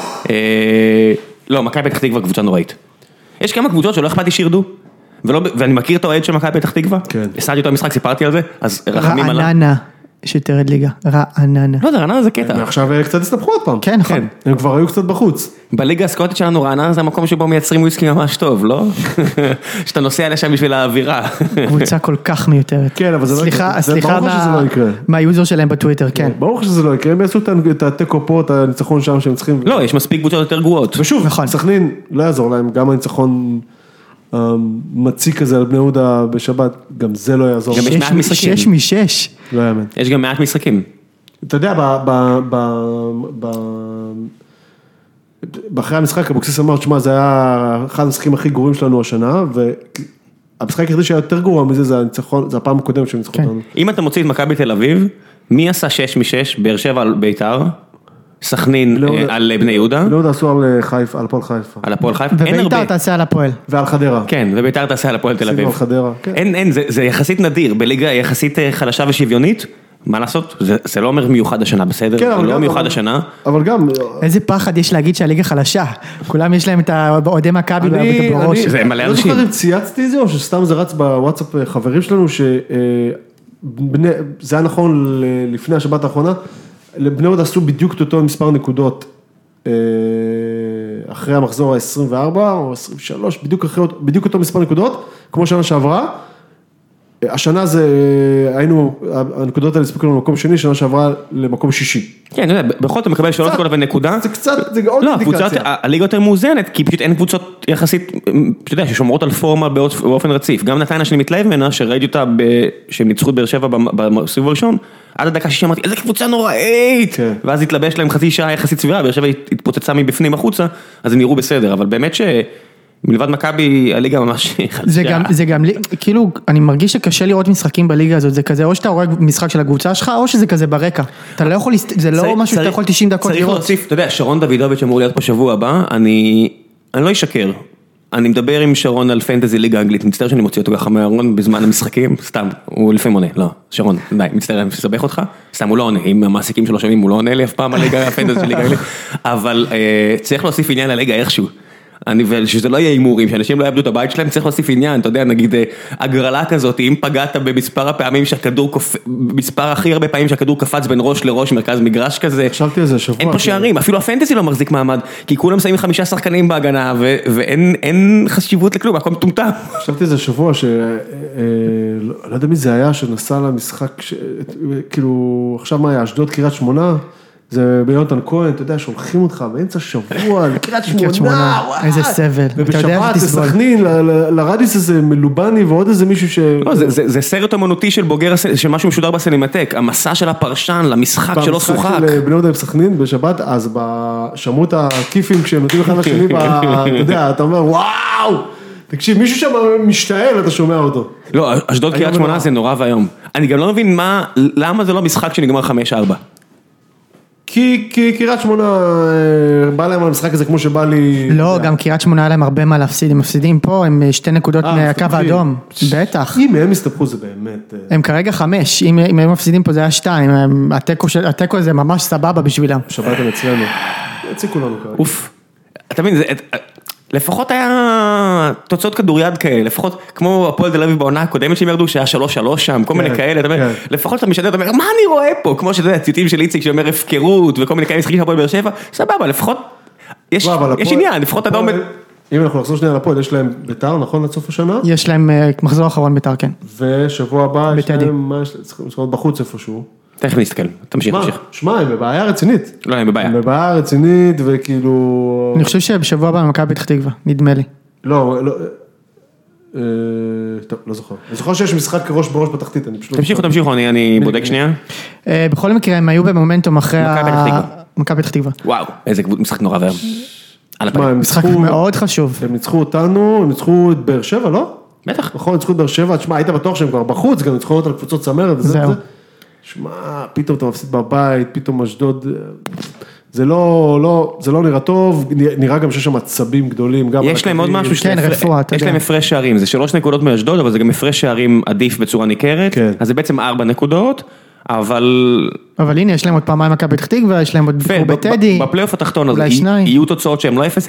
לא, מכבי פתח תקווה קבוצה נוראית. יש כמה קבוצות שלא אכפת לי שירדו, ואני מכיר את האוהד של מכבי פתח תקווה, הסעתי אותו במשחק, סיפרתי על זה, אז רחמים עליו. רעננה, שתרד ליגה, רעננה. לא יודע, רעננה זה קטע. עכשיו קצת הסתבכו עוד פעם. כן, נכון. הם כבר היו קצת בחוץ. בליגה הסקוטית שלנו רעננה זה המקום שבו מייצרים וויסקי ממש טוב, לא? שאתה נוסע לשם בשביל האווירה. קבוצה כל כך מיותרת. כן, אבל זה לא יקרה. סליחה מהיוזר שלהם בטוויטר, כן. ברור שזה לא יקרה, הם יעשו את הטקו פה, את הניצחון שם שהם צריכים. לא, יש מספיק קבוצות יותר גרועות. ושוב, סכנין לא יעזור להם, גם הניצחון מציק כזה על בני יהודה בשבת, גם זה לא יעזור. גם יש מעט משחקים. 6 מ-6. לא יאמן. יש גם מעט משחקים. אתה יודע, באחרי המשחק, אבוקסיס אמר, תשמע, זה היה אחד המשחקים הכי גרועים שלנו השנה, והמשחק היחידי שהיה יותר גרוע מזה, זה הניצחון, זה הפעם הקודמת שהם ניצחו אותנו. אם אתה מוציא את מכבי תל אביב, מי עשה 6 מ-6? באר שבע על ביתר, סכנין על בני יהודה. בני יהודה עשו על חיפה, על הפועל חיפה. על הפועל חיפה, וביתר תעשה על הפועל. ועל חדרה. כן, וביתר תעשה על הפועל תל אביב. על חדרה, כן. אין, זה יחסית נדיר, בליגה יחסית חלשה ושוויונית, מה לעשות? זה לא אומר מיוחד השנה, בסדר? כן, זה לא מיוחד השנה. אבל גם... איזה פחד יש להגיד שהליגה חלשה. כולם יש להם את האוהדי מכבי בראש. זה מלא לא אנשים. זוכר אם צייצתי את זה, או שסתם זה רץ בוואטסאפ חברים שלנו, זה היה נכון לפני השבת האחרונה, לבני יהודה עשו בדיוק את אותו מספר נקודות, אחרי המחזור ה-24 או 23, בדיוק אותו מספר נקודות, כמו שנה שעברה, השנה הנקודות האלה הספיקו לנו למקום שני, שנה שעברה למקום שישי. כן, אתה יודע, בכל זאת אתה מקבל 3 נקודות ונקודה. זה קצת, זה עוד אינדיקציה. הליגה יותר מאוזנת, כי פשוט אין קבוצות יחסית, אתה יודע, ששומרות על פורמה באופן רציף. גם נתניה שאני מתלהב ממנה, שראיתי אותה שהם ניצחו את באר שבע בסיבוב הראשון, עד הדקה 60 אמרתי, איזה קבוצה נוראית! ואז התלבש להם חצי שעה יחסית סבירה, באר שבע התפוצצה מבפנים החוצה, אז הם נראו בסדר, אבל באמת מלבד מכבי, הליגה ממש זה גם, כאילו, אני מרגיש שקשה לראות משחקים בליגה הזאת, זה כזה, או שאתה רואה משחק של הקבוצה שלך, או שזה כזה ברקע. אתה לא יכול, זה לא משהו שאתה יכול 90 דקות לראות. צריך להוסיף, אתה יודע, שרון דוידוביץ' אמור להיות פה שבוע הבא, אני לא אשקר. אני מדבר עם שרון על פנטזי ליגה אנגלית, מצטער שאני מוציא אותו ככה מהארון בזמן המשחקים, סתם, הוא לפעמים עונה, לא, שרון, די, מצטער, אני מסבך אותך, סתם הוא לא עונה, אם המעסיקים שלו שומעים, הוא לא עונה לי אף פעם על ליגה, הפנטזי ליגה אנגלית, אבל צריך להוסיף עניין לליגה איכשהו. שזה לא יהיה אימורים, שאנשים לא יאבדו את הבית שלהם, צריך להוסיף עניין, אתה יודע, נגיד, הגרלה כזאת, אם פגעת במספר הפעמים שהכדור, מספר הכי הרבה פעמים שהכדור קפץ בין ראש לראש, מרכז מגרש כזה, חשבתי על זה שבוע. אין פה שערים, אפילו הפנטסי לא מחזיק מעמד, כי כולם שמים 5 שחקנים בהגנה, ואין חשיבות לכלום, הכל מטומטם. חשבתי על זה שבוע, לא יודע מי זה היה, שנסע למשחק, כאילו, עכשיו מה היה, אשדוד קריית שמונה, זה ביונתן כהן, אתה יודע, שולחים אותך באמצע שבוע, לקריית שמונה, איזה סבל. ובשבת לסכנין, לרדיס הזה מלובני ועוד איזה מישהו ש... לא, זה סרט אמנותי של בוגר, של משהו משודר בסינמטק, המסע של הפרשן למשחק שלא שוחק. במשחק של בני יהודה בסכנין בשבת, אז שמעו את הכיפים כשהם נותנים אחד לשני, אתה יודע, אתה אומר, וואו! תקשיב, מישהו שם משתעל, אתה שומע אותו. לא, אשדוד קריית שמונה זה נורא והיום. אני גם לא מבין למה זה לא משחק שנגמר 5-4. כי קריית שמונה בא להם על המשחק הזה כמו שבא לי... לא, גם קריית שמונה היה להם הרבה מה להפסיד, הם מפסידים פה, הם 2 נקודות מהקו האדום, בטח. אם הם הסתבכו זה באמת... הם כרגע 5, אם הם מפסידים פה זה היה 2, התיקו הזה ממש סבבה בשבילם. שבאתם אצלנו, הציקו לנו כרגע. אוף, אתה מבין, לפחות היה תוצאות כדוריד כאלה, לפחות כמו הפועל תל אביב בעונה הקודמת שהם ירדו, שהיה 3-3 שם, כל מיני כאלה, אתה אומר, לפחות אתה משדר, אתה אומר, מה אני רואה פה? כמו שאתה יודע, ציטוטים של איציק שאומר הפקרות, וכל מיני כאלה משחקים של הפועל באר שבע, סבבה, לפחות, יש עניין, לפחות אתה עומד... אם אנחנו נחזור שנייה לפועל, יש להם ביתר, נכון, עד סוף השנה? יש להם מחזור אחרון ביתר, כן. ושבוע הבא, יש להם, מה יש להם, צריכים לשחק בחוץ איפשהו. תכף נסתכל, תמשיך. שמע, הם בבעיה רצינית. לא, הם בבעיה. הם בבעיה רצינית וכאילו... אני חושב שבשבוע הבא מכבי פתח תקווה, נדמה לי. לא, טוב, לא זוכר. אני זוכר שיש משחק ראש בראש בתחתית, אני פשוט... תמשיכו, אני בודק שנייה. בכל מקרה, הם היו במומנטום אחרי מכבי פתח תקווה. וואו, איזה משחק נורא והיום. משחק מאוד חשוב. הם ניצחו אותנו, הם ניצחו את באר שבע, לא? בטח. נכון, ניצחו את באר שבע, תשמע, היית בטוח שהם כבר בחוץ, גם ניצחו אותם לקבוצות צמרת וזה. שמע, פתאום אתה מפסיד בבית, פתאום אשדוד, זה לא נראה טוב, נראה גם שיש שם עצבים גדולים. יש להם עוד משהו, יש להם הפרש שערים, זה 3 נקודות מאשדוד, אבל זה גם הפרש שערים עדיף בצורה ניכרת, אז זה בעצם 4 נקודות, אבל הנה, יש להם עוד פעמיים מכבי פתח תקווה, יש להם עוד ביקור בטדי. בפלייאוף התחתון הזה, יהיו תוצאות שהם לא 0-0?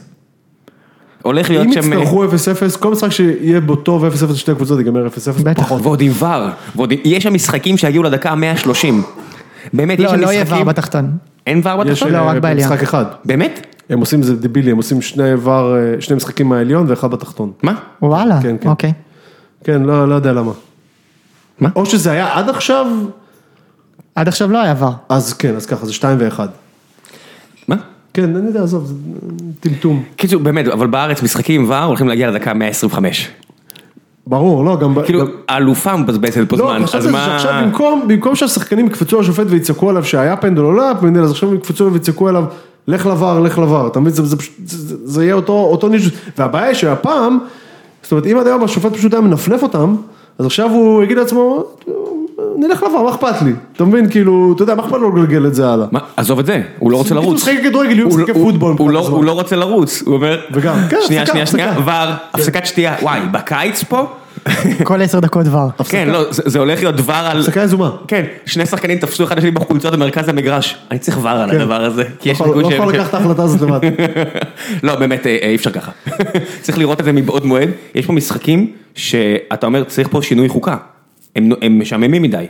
הולך להיות אם שם... יצטרכו 0-0, כל משחק שיהיה בו טוב 0-0 שתי קבוצות, ייגמר 0-0 פחות. ועוד עם ור, יש שם משחקים שהגיעו לדקה 130. באמת, יש שם משחקים... לא יהיה ור בתחתון. אין ור בתחתון? לא, רק בעליון. משחק אחד. באמת? הם עושים זה דבילי, הם עושים שני משחקים מהעליון ואחד בתחתון. מה? וואלה, אוקיי. כן, לא יודע למה. מה? או שזה היה עד עכשיו... עד עכשיו לא היה ור. אז כן, אז ככה, זה 2 ו-1. מה? כן, אני יודע, עזוב, זה טמטום. קיצור, באמת, אבל בארץ משחקים ור הולכים להגיע לדקה 125. ברור, לא, גם... כאילו, האלופה מבזבזת פה זמן, אז מה... לא, עכשיו במקום שהשחקנים יקפצו על השופט ויצעקו עליו שהיה פנדל או לא היה פנדל, אז עכשיו יקפצו עליו ויצעקו עליו, לך לבר, אתה מבין, זה יהיה אותו נישהו, והבעיה היא שהפעם, זאת אומרת, אם עד היום השופט פשוט היה מנפנף אותם, אז עכשיו הוא יגיד לעצמו, נלך לבר, מה אכפת לי? אתה מבין, כאילו, אתה יודע, מה אכפת לו לגלגל את זה הלאה? מה, עזוב את זה, הוא לא רוצה לרוץ. הוא משחק כדורגל, הוא משחק פוטבול. הוא לא רוצה לרוץ, הוא אומר, וגם, שנייה, ור, הפסקת שתייה, וואי, בקיץ פה? כל 10 דקות דבר. כן, לא, זה הולך להיות דבר על... הפסקה יזומה. כן, 2 שחקנים תפסו אחד השני בחולצות במרכז המגרש. אני צריך דבר על הדבר הזה. לא יכול לקחת את ההחלטה הזאת לבד. לא, באמת, אי אפשר ככה. צריך לראות את זה מבעוד מועד. יש פה משחקים שאתה אומר, צריך פה שינוי חוקה. הם משעממים מדי.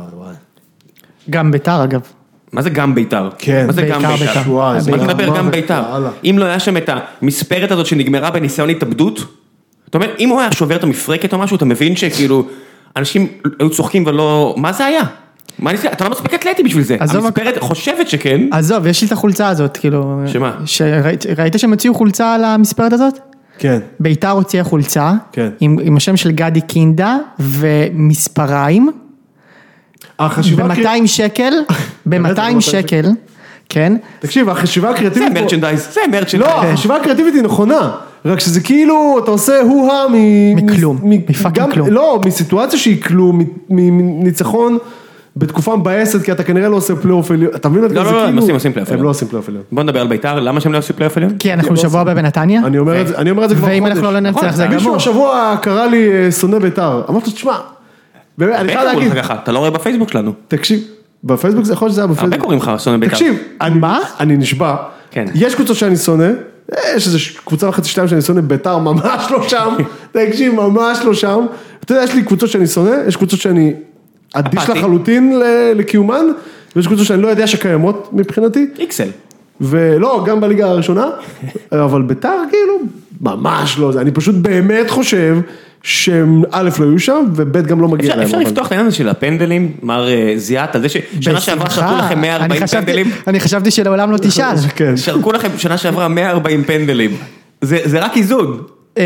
גם ביתר, אגב. מה זה גם ביתר? כן, מה זה גם ביתר? מה אתה מדבר גם ביתר? אם לא היה שם את המספרת הזאת שנגמרה בניסיון התאבדות, אתה אומר, אם הוא היה שובר את המפרקת או משהו, אתה מבין שכאילו, אנשים היו צוחקים ולא, מה זה היה? אתה לא מספיק אתלטי בשביל זה, המספרת חושבת שכן. עזוב, יש לי את החולצה הזאת, כאילו. שמה? ראית שהם הוציאו חולצה על המספרת הזאת? כן. ביתר הוציאה חולצה, כן. עם השם של גדי קינדה, ומספריים, ב-200 שקל, ב-200 שקל, כן. תקשיב, החשיבה הקריאטיבית... זה מרצ'נדייז, זה מרצ'נדייז. לא, החשיבה הקריאטיבית היא נכונה, רק שזה כאילו, אתה עושה הו-הא מכלום, מפאקינג כלום. לא, מסיטואציה שהיא כלום, מניצחון בתקופה מבאסת, כי אתה כנראה לא עושה פלייאוף עליון. אתה מבין? לא, הם עושים פלייאוף עליון. הם לא עושים פלייאוף עליון. בוא נדבר על ביתר, למה שהם לא עושים פלייאוף עליון? כי אנחנו שבוע הבא בנתניה. אני אומר את זה כבר חודש. ואם אנחנו לא ננצח זה גמור. מישהו השבוע קרא לי שונא ביתר. אמרתי, תשמע, אני חייב להגיד. אתה לא רואה בפייסבוק שלנו. תקשיב, בפייסבוק זה יכול שזה היה בפייסבוק. הרבה קוראים לך שונא ביתר. תקשיב, אני נשבע. יש קבוצות שאני שונא. יש איזו קבוצה וחצי שתיים שאני שונא, ביתר ממש לא שם, תקשיב, ממש לא שם. אתה יודע, יש לי קבוצות שאני שונא, יש קבוצות שאני אדיש לחלוטין לקיומן, ויש קבוצות שאני לא יודע שקיימות מבחינתי. איקסל. ולא, גם בליגה הראשונה, אבל ביתר כאילו, ממש לא, אני פשוט באמת חושב שהם א' לא יהיו שם, וב' גם לא מגיע להם. אפשר לפתוח את העניין הזה של הפנדלים, מר זיאת, על זה ששנה שעברה שרקו לכם 140 פנדלים. אני חשבתי שלעולם לא תשאל. שרקו לכם שנה שעברה 140 פנדלים. זה רק איזון.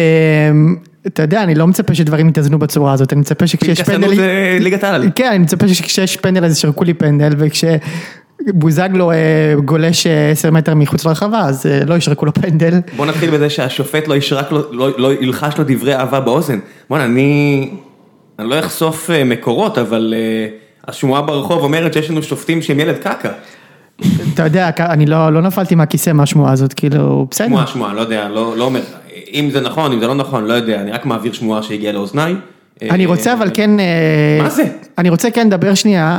אתה יודע, אני לא מצפה שדברים יתאזנו בצורה הזאת, אני מצפה שכשיש פנדלים... זה ליגת העל. כן, אני מצפה שכשיש פנדל אז שרקו לי פנדל, וכשבוזגלו גולש 10 מטר מחוץ לרחבה, אז לא ישרקו לו פנדל. בוא נתחיל בזה שהשופט לא ילחש לו דברי אהבה באוזן. בוא, אני לא אחשוף מקורות, אבל השמועה ברחוב אומרת שיש לנו שופטים שהם ילד קקה. אתה יודע, אני לא נפלתי מהכיסא מהשמועה הזאת, כאילו, בסדר. שמועה, לא יודע, לא אומר, אם זה נכון, אם זה לא נכון, לא יודע, אני רק מעביר שמועה שהגיעה לאוזניי. אני רוצה אבל כן... מה זה? אני רוצה כן לדבר שנייה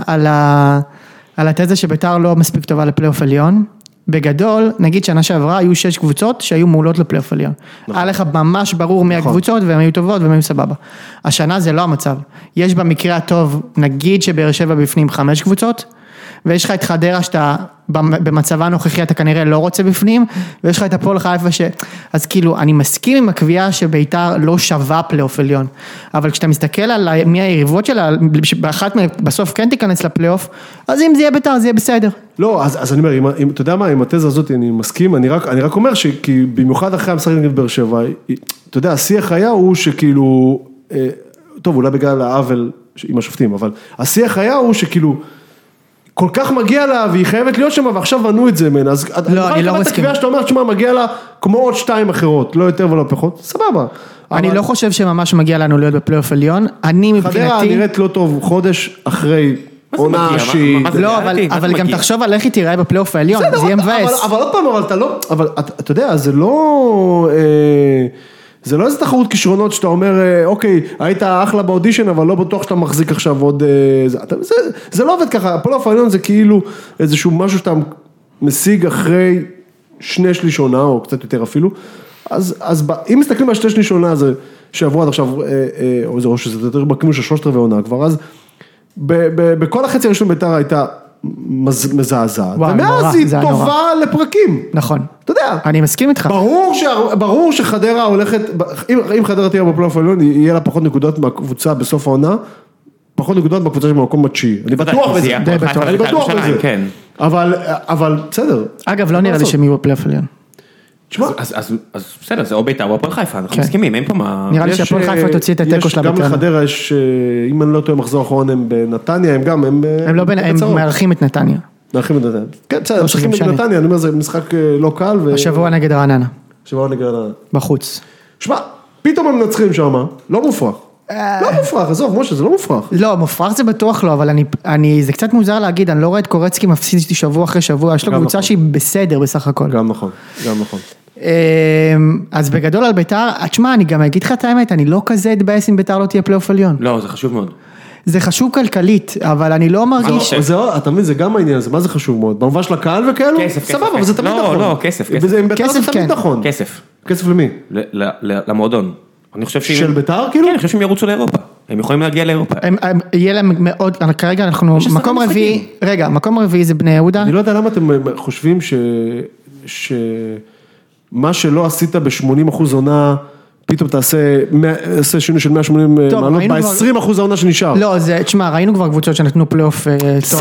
על התזה שביתר לא מספיק טובה לפלייאוף עליון. בגדול, נגיד שנה שעברה, היו 6 קבוצות שהיו מעולות לפלייאוף עליון. היה לך ממש ברור מהקבוצות, והן היו טובות והן היו סבבה. השנה זה לא המצב. יש במקרה הטוב, נגיד שבאר שבע בפנים 5 קבוצות, ויש לך את חדרה שאתה, במצבה הנוכחי אתה כנראה לא רוצה בפנים, ויש לך את הפועל חיפה אז כאילו, אני מסכים עם הקביעה שביתר לא שווה פלייאוף עליון, אבל כשאתה מסתכל על מי היריבות שלה, באחת בסוף כן תיכנס לפלייאוף, אז אם זה יהיה ביתר, זה יהיה בסדר. לא, אז אני אומר, אתה יודע מה, עם התזה הזאת אני מסכים, אני רק אומר כי במיוחד אחרי המשחק נגד באר שבע, אתה יודע, השיח היה הוא שכאילו, טוב, אולי בגלל העוול עם השופטים, אבל השיח היה הוא שכאילו, כל כך מגיע לה, והיא חייבת להיות שם, ועכשיו בנו את זה ממנה, אז אני לא מסכים. הקביעה שאתה אומר, שמה, מגיע לה כמו עוד 2 אחרות, לא יותר ולא פחות, סבבה. אני לא חושב שממש מגיע לנו להיות בפלייאוף עליון, אני מבחינתי... חדרה נראית לא טוב, חודש אחרי עונה שהיא... לא, אבל גם תחשוב על איך היא תיראה בפלייאוף העליון, זה יהיה מבאס. אבל עוד פעם, אבל אתה יודע, זה לא איזה תחרות כישרונות שאתה אומר, אוקיי, היית אחלה באודישן, אבל לא בטוח שאתה מחזיק עכשיו עוד... זה לא עובד ככה, הפלייאוף העליון זה כאילו איזשהו משהו שאתה משיג אחרי 2/3 עונה, או קצת יותר אפילו, אז אם מסתכלים על 2/3 עונה, זה שעברו עד עכשיו, או שזה יותר בכיוון של 3/4 עונה כבר, אז בכל החצי הראשון ביתר הייתה מזעזעת, ומאז היא טובה לפרקים. נכון. אתה יודע. אני מסכים איתך. ברור שחדרה הולכת, אם חדרה תהיה בפלייאוף העליון, יהיה לה פחות נקודות מהקבוצה בסוף העונה, פחות נקודות מהקבוצה שבמקום התשיעי. אני בטוח בזה. אני בטוח בזה. אבל בסדר. אגב, לא נראה לי שהם יהיו בפלייאוף העליון. אז בסדר, זה או ביתר או הפועל חיפה, אנחנו מסכימים, אין פה מה... נראה לי שהפועל חיפה תוציא את התיקו של הביתר. גם לחדרה יש, אם אני לא טועה מחזור האחרון, הם בנתניה, הם גם, הם מארחים את נתניה. מארחים את נתניה. כן, בסדר, משחקים נגד נתניה, אני אומר, זה משחק לא קל. השבוע נגד רעננה. השבוע נגד רעננה. בחוץ. שמע, פתאום הם מנצחים שם, לא מופרך. לא מופרך, עזוב, משה, זה לא מופרך. לא, מופרך זה בטוח לא, אבל זה קצת מוזר להגיד, אני לא רואה את קורצקי מפסיד שבוע אחרי שבוע, יש לו קבוצה שהיא בסדר בסך הכל. גם נכון, גם נכון. אז בגדול על ביתר, תשמע, אני גם אגיד לך את האמת, אני לא כזה אתבאס אם ביתר לא תהיה פלייאוף עליון. לא, זה חשוב מאוד. זה חשוב כלכלית, אבל אני לא מרגיש... אתה מבין, זה גם העניין הזה, מה זה חשוב מאוד? במובן של הקהל וכאלו? סבבה, אבל זה תמיד נכון. לא, כסף. כסף, כן. כסף. כסף למי? למועדון. של ביתר, כאילו? כן, אני חושב שהם ירוצו לאירופה. הם יכולים להגיע לאירופה. יהיה להם מאוד, כרגע אנחנו, מקום רביעי, רגע, מקום רביעי זה בני יהודה. אני לא יודע למה אתם חושבים שמה שלא עשית ב-80% עונה פתאום תעשה שינוי של 180 מעלות ב-20% העונה שנשאר. לא, תשמע, ראינו כבר קבוצות שנתנו פלייאוף טוב.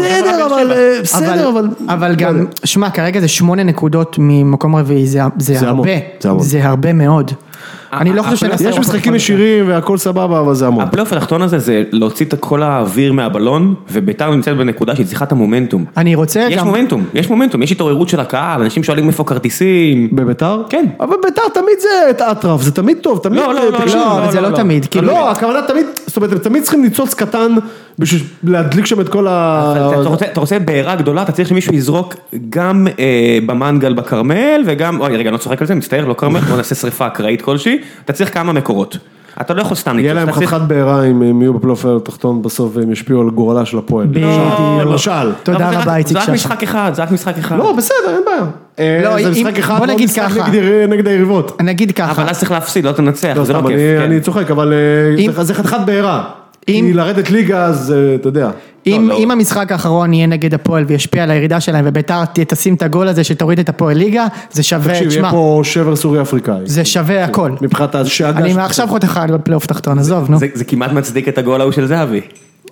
בסדר, אבל גם, שמע, כרגע זה 8 נקודות ממקום רביעי, זה הרבה, זה הרבה מאוד. אני לא חושב שנעשה... יש משחקים ישירים והכל סבבה, אבל זה המון. הפלייאוף התחתון הזה זה להוציא את כל האוויר מהבלון, וביתר נמצאת בנקודה שהיא צריכה את המומנטום. אני רוצה גם... יש מומנטום, יש התעוררות של הקהל, אנשים שואלים איפה כרטיסים. בביתר? כן. אבל ביתר תמיד זה את אטרף, זה תמיד טוב, תמיד... לא, זה לא תמיד. לא, הכוונה תמיד, זאת אומרת, הם תמיד צריכים ניצוץ קטן, בשביל להדליק שם את כל ה... אתה רוצה בעירה גדולה, אתה צריך שמישהו יזרוק גם במנגל בקרמל, וגם... אוי, רגע, אני לא צוחק על זה, מצטער, לא קרמל, בוא נעשה שריפה אקראית כלשהי, אתה צריך כמה מקורות. אתה לא יכול סתם ניצוץ. יהיה להם חתיכת בעירה אם הם יהיו בפלייאוף התחתון בסוף, והם ישפיעו על גורלה של הפועל. למשל. תודה רבה, איציק שחר. זה רק משחק אחד, זה רק משחק אחד. לא, בסדר, אין בעיה. זה משחק אחד, לא משחק נגד היריבות. נגיד ככה. אבל אז צריך להפסיד, לא תנצח, זה לא כיף. אני צוחק, אבל זה חתיכת בעירה. כי לרדת ליגה, אז אתה יודע. אם המשחק האחרון יהיה נגד הפועל וישפיע על הירידה שלהם, וביתר תשים את הגול הזה שתוריד את הפועל ליגה, זה שווה, תקשיב, יהיה פה שבר סורי אפריקאי. זה שווה הכל. מבחינת השאגה. אני עכשיו חותך בפלייאוף תחתון, עזוב, נו. זה כמעט מצדיק את הגול ההוא של זהבי.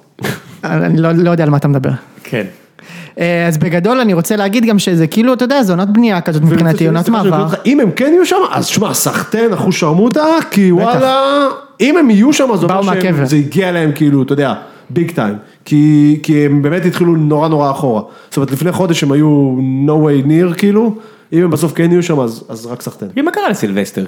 אני לא יודע על מה אתה מדבר. כן. אז בגדול אני רוצה להגיד גם שזה כאילו, אתה יודע, זו עונת בנייה כזאת מבחינתי, עונת מעבר. אם הם כן יהיו שם, אז שמע, סחטן, אחו שרמוטה, כי וואלה, אם הם יהיו שם, אז זה הגיע להם כאילו, אתה יודע, ביג טיים, כי הם באמת התחילו נורא אחורה. זאת אומרת, לפני חודש הם היו no way near כאילו, אם הם בסוף כן יהיו שם, אז רק סחטן. מה קרה לסילבסטר?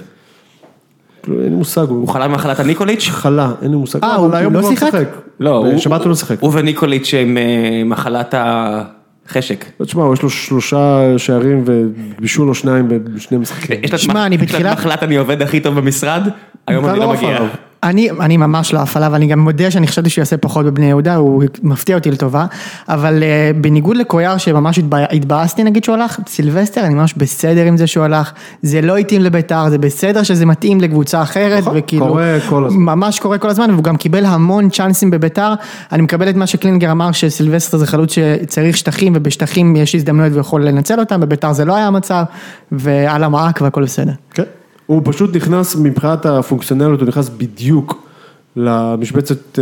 אין לי מושג. הוא חלה במחלת הניקוליץ'? חלה, אין לי מושג. הוא לא שיחק? לא, בשבת הוא לא שיחק. הוא וניקוליץ' עם מחלת החשק. תשמע, יש לו 3 שערים ובישול לו 2 בשני משחקים. יש לה מחלת אני עובד הכי טוב במשרד, היום אני לא מגיע. אני ממש לא הפעלה, ואני גם מודה שאני חשבתי שהוא יעשה פחות בבני יהודה, הוא מפתיע אותי לטובה, אבל בניגוד לקויאר שממש התבאסתי נגיד שהוא הלך, סילבסטר, אני ממש בסדר עם זה שהוא הלך, זה לא התאים לביתר, זה בסדר שזה מתאים לקבוצה אחרת, וכאילו, ממש קורה כל הזמן, והוא גם קיבל המון צ'אנסים בביתר, אני מקבל את מה שקלינגר אמר, שסילבסטר זה חלוץ שצריך שטחים, ובשטחים יש הזדמנויות ויכול לנצל אותם, בביתר זה לא היה המצב, ועל המעק והכל בסדר. כן. הוא פשוט נכנס מבחינת הפונקציונליות, הוא נכנס בדיוק למשבצת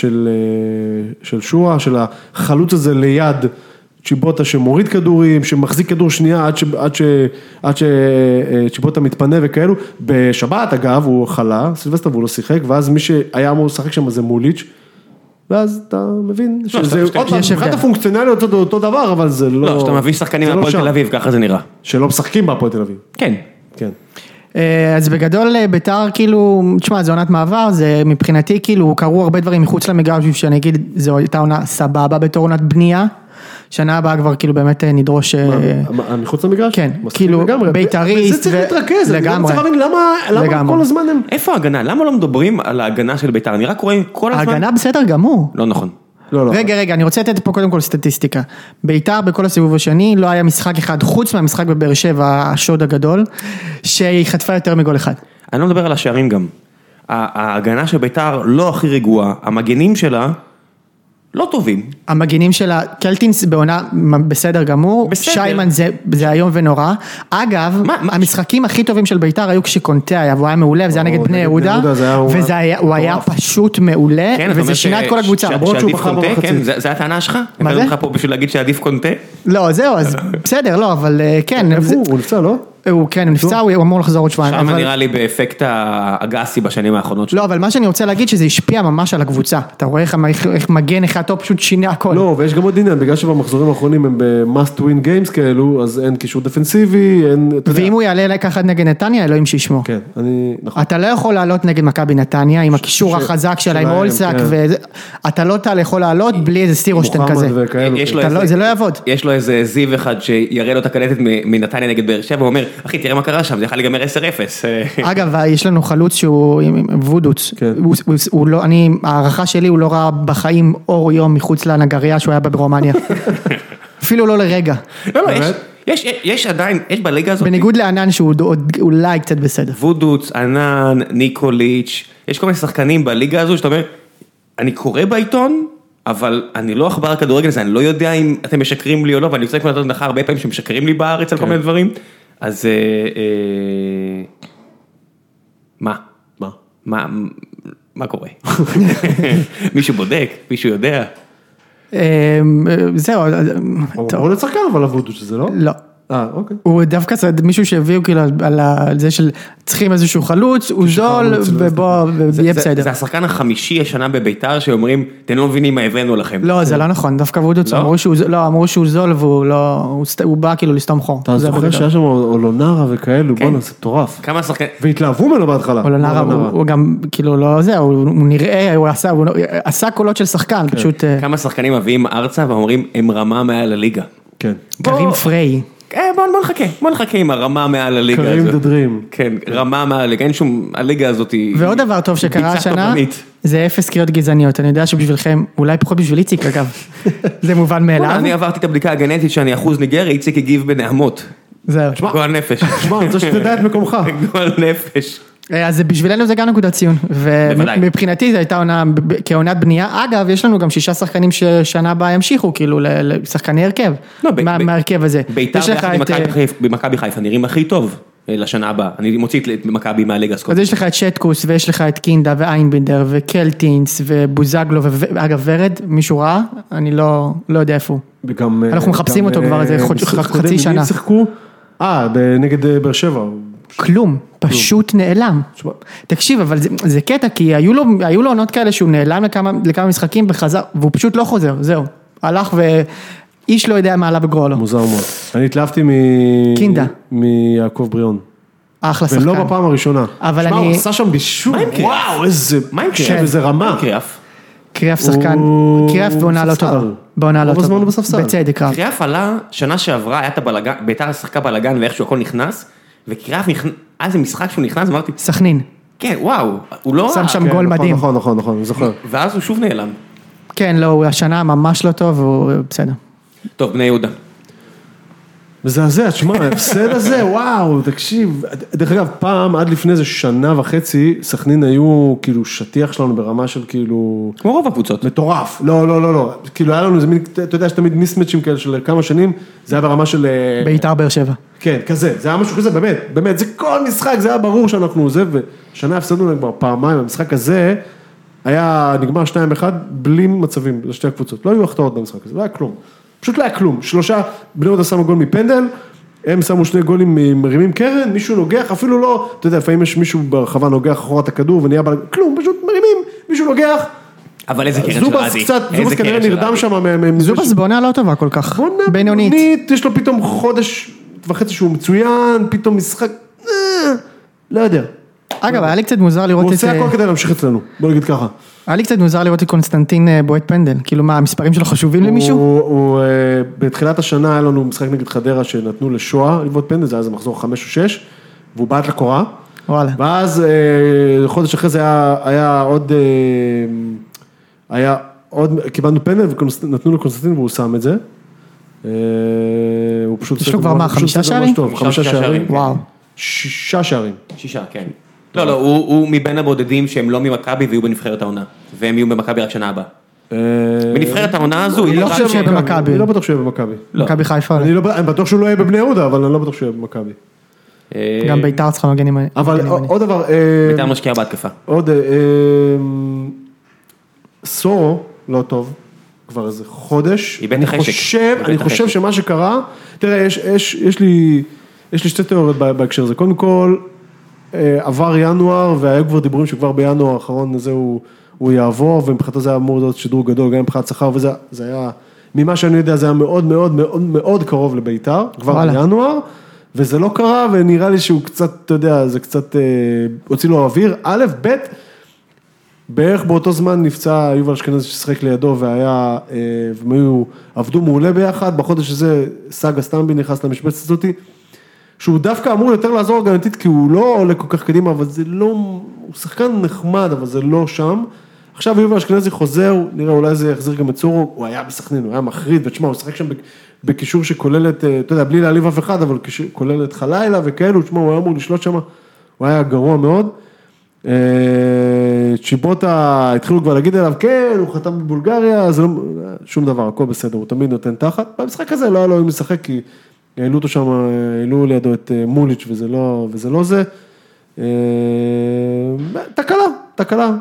של שואה, של החלוץ הזה ליד צ'יבוטה שמוריד כדורים, שמחזיק כדור שנייה עד שצ'יבוטה מתפנה וכאלו. בשבת אגב הוא חלה, סילבסטר והוא לא שיחק, ואז מי שהיה אמור לשחק שם זה מוליץ', ואז אתה מבין שזה עוד פעם, מבחינת הפונקציונליות אותו דבר, אבל זה לא... לא, שאתה מביא שחקנים מהפועל תל אביב, ככה זה נראה. שלא משחקים בהפועל תל אביב. כן. כן. אז בגדול ביתר כאילו, תשמע, זו עונת מעבר, זה מבחינתי כאילו, קרו הרבה דברים מחוץ למגרש, שאני אגיד, זו הייתה עונה סבבה בתור עונת בנייה, שנה הבאה כבר כאילו באמת נדרוש... מחוץ למגרש? כן, כאילו בית"ריסט. וזה צריך להתרכז, אני לא צריך להבין למה כל הזמן הם... איפה ההגנה? למה לא מדברים על ההגנה של בית"ר? אני רק רואה כל הזמן... ההגנה בסדר גמור. לא נכון. רגע, אני רוצה לתת פה קודם כל סטטיסטיקה. בית"ר בכל הסיבוב השני לא היה משחק אחד, חוץ מהמשחק בבאר שבע, השוד הגדול, שהיא חטפה יותר מגול אחד. אני לא מדבר על השערים גם. ההגנה של בית"ר לא הכי רגועה, המגנים שלה לא טובים. המגנים שלה, קלטינס בעונה בסדר גמור, שיימן זה היום ונורא. אגב, המשחקים הכי טובים של בית"ר היו כשקונטה היה, והוא היה מעולה, וזה היה נגד בני יהודה, והוא היה פשוט מעולה, וזה שינה את כל הקבוצה. זה הטענה שלך? מה זה? אני לך פה בשביל להגיד שעדיף קונטה? לא, זהו, אז בסדר, לא, אבל כן. הוא נפצע, לא? הוא כן, הוא נפצע, הוא אמור לחזור עוד שבועיים. שם נראה לי באפקט האגסי בשנים האחרונות שלו. לא, אבל מה שאני רוצה להגיד שזה השפיע ממש על הקבוצה. אתה רואה איך מגן אחד טוב פשוט שינה הכל. לא, ויש גם עוד עניין, בגלל שבמחזורים האחרונים הם ב-must win games כאלו, אז אין קישור דפנסיבי, אין... ואם הוא יעלה ככה נגד נתניה, אלוהים שישמור. כן, נכון. אתה לא יכול לעלות נגד מכבי נתניה, עם הקישור החזק שלה, עם אולסק, אתה לא יכול לעלות בלי איזה סירושטיין כזה. זה לא יעבוד. יש לו איזה זיו אחד שיראה לו את הקלטת מנתניה נגד באר שבע, ואומר, אחי, תראה מה קרה שם, זה יכול להיגמר 10-0. אגב, יש לנו חלוץ שהוא וודוץ, הערכה שלי הוא לא ראה בחיים אור יום מחוץ לנגריה שהוא היה ברומניה. אפילו לא לרגע. לא, יש עדיין, יש בליגה הזאת. בניגוד לענן שהוא אולי קצת בסדר. וודוץ, ענן, ניקוליץ', יש כל מיני שחקנים בליגה הזו שאתה אומר, אני קורא בעיתון, אבל אני לא אכבר כדורגל הזה, אני לא יודע אם אתם משקרים לי או לא, ואני רוצה לתת לך הרבה פעמים שמשקרים לי בארץ על כל מיני דברים. אז מה? מה קורה? מישהו בודק, מישהו יודע. זהו, הוא לא צחקן אבל עבודו שזה לא? לא. אוקיי. הוא דווקא מישהו שהביאו כאילו על זה של צריכים איזשהו חלוץ, הוא זול ובוא, ויהיה בסדר. זה השחקן החמישי השנה בביתר שאומרים, אתם לא מבינים מה הבאנו לכם. לא, זה לא נכון, דווקא וודוץ אמרו שהוא זול והוא בא כאילו לסתום חור. אתה זוכר שהיה שם אולונרה וכאלו, בואו, זה מטורף. כמה שחקנים... והתלהבו ממנו בהתחלה. אולונרה הוא גם כאילו לא זה, הוא נראה, הוא עשה קולות של שחקן, פשוט... כמה שחקנים מביאים ארצה ואומרים, הם רמה מעל הליגה. כן. קרים פריי. בוא נחכה עם הרמה מעל הליגה הזאת. קרים דדרים. כן, רמה מעל הליגה, אין שום, הליגה הזאת היא... ועוד דבר טוב שקרה השנה, זה 0 קריאות גזעניות, אני יודע שבשבילכם, אולי פחות בשביל איציק אגב, זה מובן מאליו. אני עברתי את הבדיקה הגנטית שאני אחוז ניגרי, איציק הגיב בנעמות. זהו. גועל נפש. שמע, אני רוצה שתדע את מקומך. גועל נפש. אז בשבילנו זה גם נקודת ציון, ומבחינתי זה הייתה כעונת בנייה, אגב יש לנו גם 6 שחקנים ששנה הבאה ימשיכו, כאילו לשחקני הרכב, מההרכב הזה. ביתר ביחד עם מכבי חיפה נראים הכי טוב לשנה הבאה, אני מוציא את מכבי מהליגה הסקוטית. אז יש לך את שטקוס ויש לך את קינדה ואיינבינדר וקלטינס ובוזגלו, ואגב ורד, מישהו ראה? אני לא יודע איפה הוא. אנחנו מחפשים אותו כבר איזה חצי שנה. נגד באר שבע. כלום, פשוט נעלם. תקשיב, אבל זה קטע, כי היו לו עונות כאלה שהוא נעלם לכמה משחקים בחזר, והוא פשוט לא חוזר, זהו. הלך ואיש לא יודע מה עלה בגרולו. מוזר מאוד. אני התלהבתי קינדה. מיעקב בריאון. אחלה שחקן. ולא בפעם הראשונה. אבל שמה, הוא עשה שם בישול. וואו, איזה רמה. קריאף שחקן, קריאף בעונה לא טובה. בעונה לא טובה. בצדק קרב. קריאף עלה, שנה שעברה, היה את הבלגן, ביתר שחקה בלגן ואיכשהו הכל נכנס, וקריאף נכנס, אז זה משחק שהוא נכנס, אמרתי, סכנין. כן, וואו, הוא לא... שם שם גול מדהים. נכון, אני זוכר. ואז הוא שוב נעלם. כן, לא, הוא השנה ממש לא טוב, הוא בסדר. טוב, בני יהודה. מזעזע, תשמע, ההפסד הזה, וואו, תקשיב, דרך אגב, פעם, עד לפני זה 1.5 שנה, סכנין היו כאילו שטיח שלנו ברמה של כאילו... כמו רוב הקבוצות. מטורף, לא, כאילו היה לנו איזה מין, אתה יודע, שתמיד מיסמצ'ים כאלה של כמה שנים, זה היה ברמה של... ביתר באר שבע. כן, כזה, זה היה משהו כזה, באמת, זה כל משחק, זה היה ברור שאנחנו זה, ושנה הפסדנו להם כבר פעמיים, המשחק הזה היה נגמר 2-1, בלי מצבים לשתי הקבוצות, לא היו החטאות במשחק הזה, לא היה כלום. פשוט לא היה כלום, 3 בני יהודה שמו גול מפנדל, הם שמו 2 גולים מרימים קרן, מישהו נוגח, אפילו לא, אתה יודע, לפעמים יש מישהו ברחבה נוגח אחורה את הכדור ונהיה כלום, פשוט מרימים, מישהו נוגח. אבל איזה קרן של רזי. זובס כנראה נרדם שם. זובס בונה לא טובה כל כך, בינונית. יש לו פתאום חודש וחצי שהוא מצוין, פתאום משחק, לא יודע. אגב, היה לי קצת מוזר לראות את... הוא עושה הכל כדי להמשיך אצלנו, בוא נגיד ככה. היה לי קצת מוזר לראות את קונסטנטין בועט פנדל, כאילו מה, המספרים שלו חשובים למישהו? בתחילת השנה היה לנו משחק נגד חדרה שנתנו לשואה לבעוט פנדל, זה היה איזה מחזור 5 או 6, והוא בעט לקורה. וואלה. ואז חודש אחרי זה היה עוד, קיבלנו פנדל ונתנו לקונסטנטין והוא שם את זה. הוא פשוט... יש לו כבר מה, 5 שערים? 5 שערים. וואו. 6 שערים. 6, כן. לא, הוא מבין הבודדים שהם לא ממכבי ויהיו בנבחרת העונה, והם יהיו במכבי רק שנה הבאה. בנבחרת העונה הזו, אני לא חושב שיהיה במכבי. אני לא בטוח שיהיה במכבי. מכבי חיפה. אני בטוח שהוא לא יהיה בבני יהודה, אבל אני לא בטוח שיהיה במכבי. גם ביתר צריכה מגנים. אבל עוד דבר... ביתר משקיעה בהתקפה. עוד... סורו, לא טוב, כבר איזה חודש. אני חושב שמה שקרה... תראה, יש לי שתי תיאוריות בהקשר הזה. קודם כל... עבר ינואר, והיו כבר דיבורים שכבר בינואר האחרון הזה הוא יעבור, ומבחינתו זה היה אמור להיות שדרוג גדול, גם מבחינת שכר, וזה היה, ממה שאני יודע, זה היה מאוד מאוד מאוד מאוד קרוב לביתר, כבר בינואר, וזה לא קרה, ונראה לי שהוא קצת, אתה יודע, זה קצת, הוציא לו אוויר, א', ב', בערך באותו זמן נפצע יובל אשכנזי ששחק לידו, והיה, והם עבדו מעולה ביחד, בחודש הזה סגה סטמבי נכנס למשבצת הזאתי, שהוא דווקא אמור יותר לעזור הגנתית, כי הוא לא עולה כל כך קדימה, אבל זה לא, הוא שחקן נחמד, אבל זה לא שם. עכשיו יובל אשכנזי חוזר, נראה אולי זה יחזיר גם את צורו, הוא היה בסכנין, הוא היה מחריד, ותשמע, הוא שחק שם בקישור שכוללת, אתה יודע, בלי להעליב אף אחד, אבל כוללת חלילה וכאלו, תשמע, הוא היה אמור לשלוט שם, הוא היה גרוע מאוד. צ'יבוטה, התחילו כבר להגיד אליו, כן, הוא חתם בבולגריה, זה לא, שום דבר, הכל בסדר, הוא תמיד נותן תחת. במשחק הזה לא היה לו אם לשחק, כי העלו אותו שם, העלו לידו את מוליץ' וזה לא זה. תקלה, תקלה.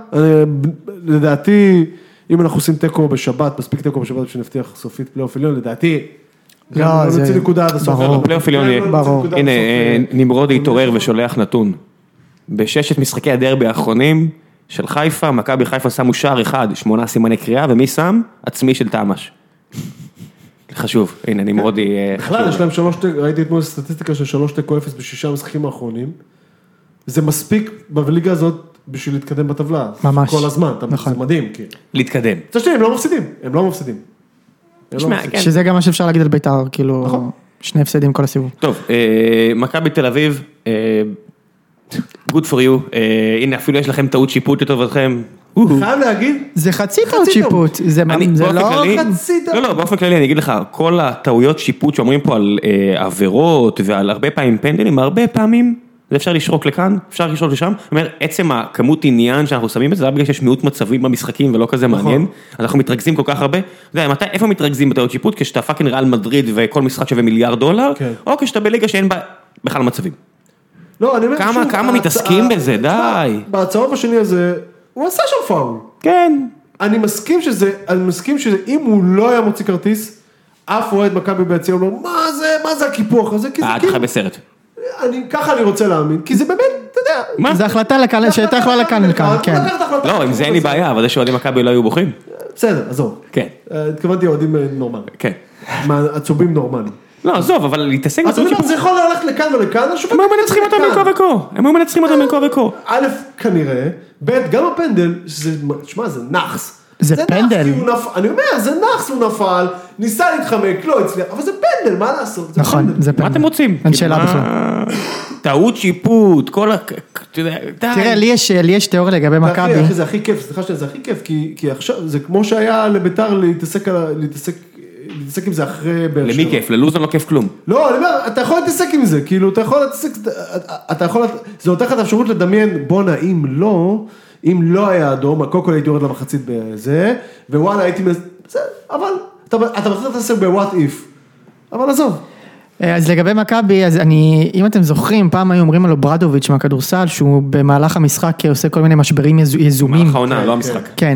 לדעתי, אם אנחנו עושים תיקו בשבת, מספיק תיקו בשבת שנבטיח סופית פלייאוף עליון, לדעתי, לא נוציא נקודה עד הסוף. פלייאוף עליון יהיה. הנה, נמרודי התעורר ושולח נתון. בששת משחקי הדרבי האחרונים של חיפה, מכבי חיפה שמו שער אחד, 8 סימני קריאה, ומי שם? עצמי של תמש. חשוב, הנה נמרודי. בכלל, יש להם 3, ראיתי אתמול סטטיסטיקה של 3 תיקו 0 ב6 המשחקים האחרונים. זה מספיק בליגה הזאת בשביל להתקדם בטבלה. ממש. כל הזמן, זה מדהים. להתקדם. הם לא מפסידים. שזה גם מה שאפשר להגיד על בית"ר, כאילו, 2 הפסדים כל הסיבוב. טוב, מכבי תל אביב, good for you, הנה אפילו יש לכם טעות שיפוט לטובתכם. חייב להגיד, זה חצי טעות שיפוט, זה לא חצי טעות. לא, באופן כללי אני אגיד לך, כל הטעויות שיפוט שאומרים פה על עבירות ועל הרבה פעמים פנדלים, הרבה פעמים זה אפשר לשרוק לכאן, אפשר לשרוק לשם, זאת אומרת, עצם הכמות עניין שאנחנו שמים את זה, זה בגלל שיש מיעוט מצבים במשחקים ולא כזה מעניין, אנחנו מתרכזים כל כך הרבה, אתה יודע, איפה מתרכזים בטעות שיפוט? כשאתה פאקינג ריאל מדריד וכל משחק שווה $1 מיליארד, או כשאתה בליגה שאין בה בכלל מצבים. לא, אני אומר, כמה מתעסקים בזה, די. בהצהוב השני הזה, הוא עשה שם פאול. כן. אני מסכים שזה, אם הוא לא היה מוציא כרטיס, אף אוהד מכבי ביציע אומר, מה זה הקיפוח הזה? אתה חי בסרט. ככה אני רוצה להאמין, כי זה באמת, אתה יודע. זה החלטה שהייתה יכולה לכאן לכאן, כן. לא, עם זה אין לי בעיה, אבל זה שאוהדים מכבי לא היו בוכים. בסדר, עזוב. כן. התכוונתי אוהדים נורמליים. כן. עצובים נורמליים. לא, עזוב, אבל להתעסק אז אני אומר, זה יכול ללכת לכאן ולכאן, הם היו מנצחים אותם בין כה וכה. א', כנראה, ב', גם הפנדל, שמה, זה נחס. זה פנדל. אני אומר, זה נחס, הוא נפל, ניסה להתחמק, לא הצליח, אבל זה פנדל, מה לעשות? נכון, זה פנדל. מה אתם רוצים? אין שאלה בכלל. טעות שיפוט, כל תראה, לי יש תיאוריה לגבי מכבי. אחי, זה הכי כיף, סליחה שזה הכי כיף, כי עכשיו, זה כמו שהיה לביתר להתעסק עם זה אחרי באר שבע. למי כיף? ללוזון לא כיף כלום. לא, אני אומר, אתה יכול להתעסק עם זה, כאילו, אתה יכול, זה נותן לך את האפשרות לדמיין, בונה, אם לא היה אדום, קודם כל הייתי יורד למחצית בזה, ווואלה הייתי, אבל אתה מתחיל להתעסק ב-what if, אבל עזוב. אז לגבי מכבי, אז אם אתם זוכרים, פעם היו אומרים על אוברדוביץ' מהכדורסל, שהוא במהלך המשחק עושה כל מיני משברים יזומים. מהלך העונה, לא המשחק. כן.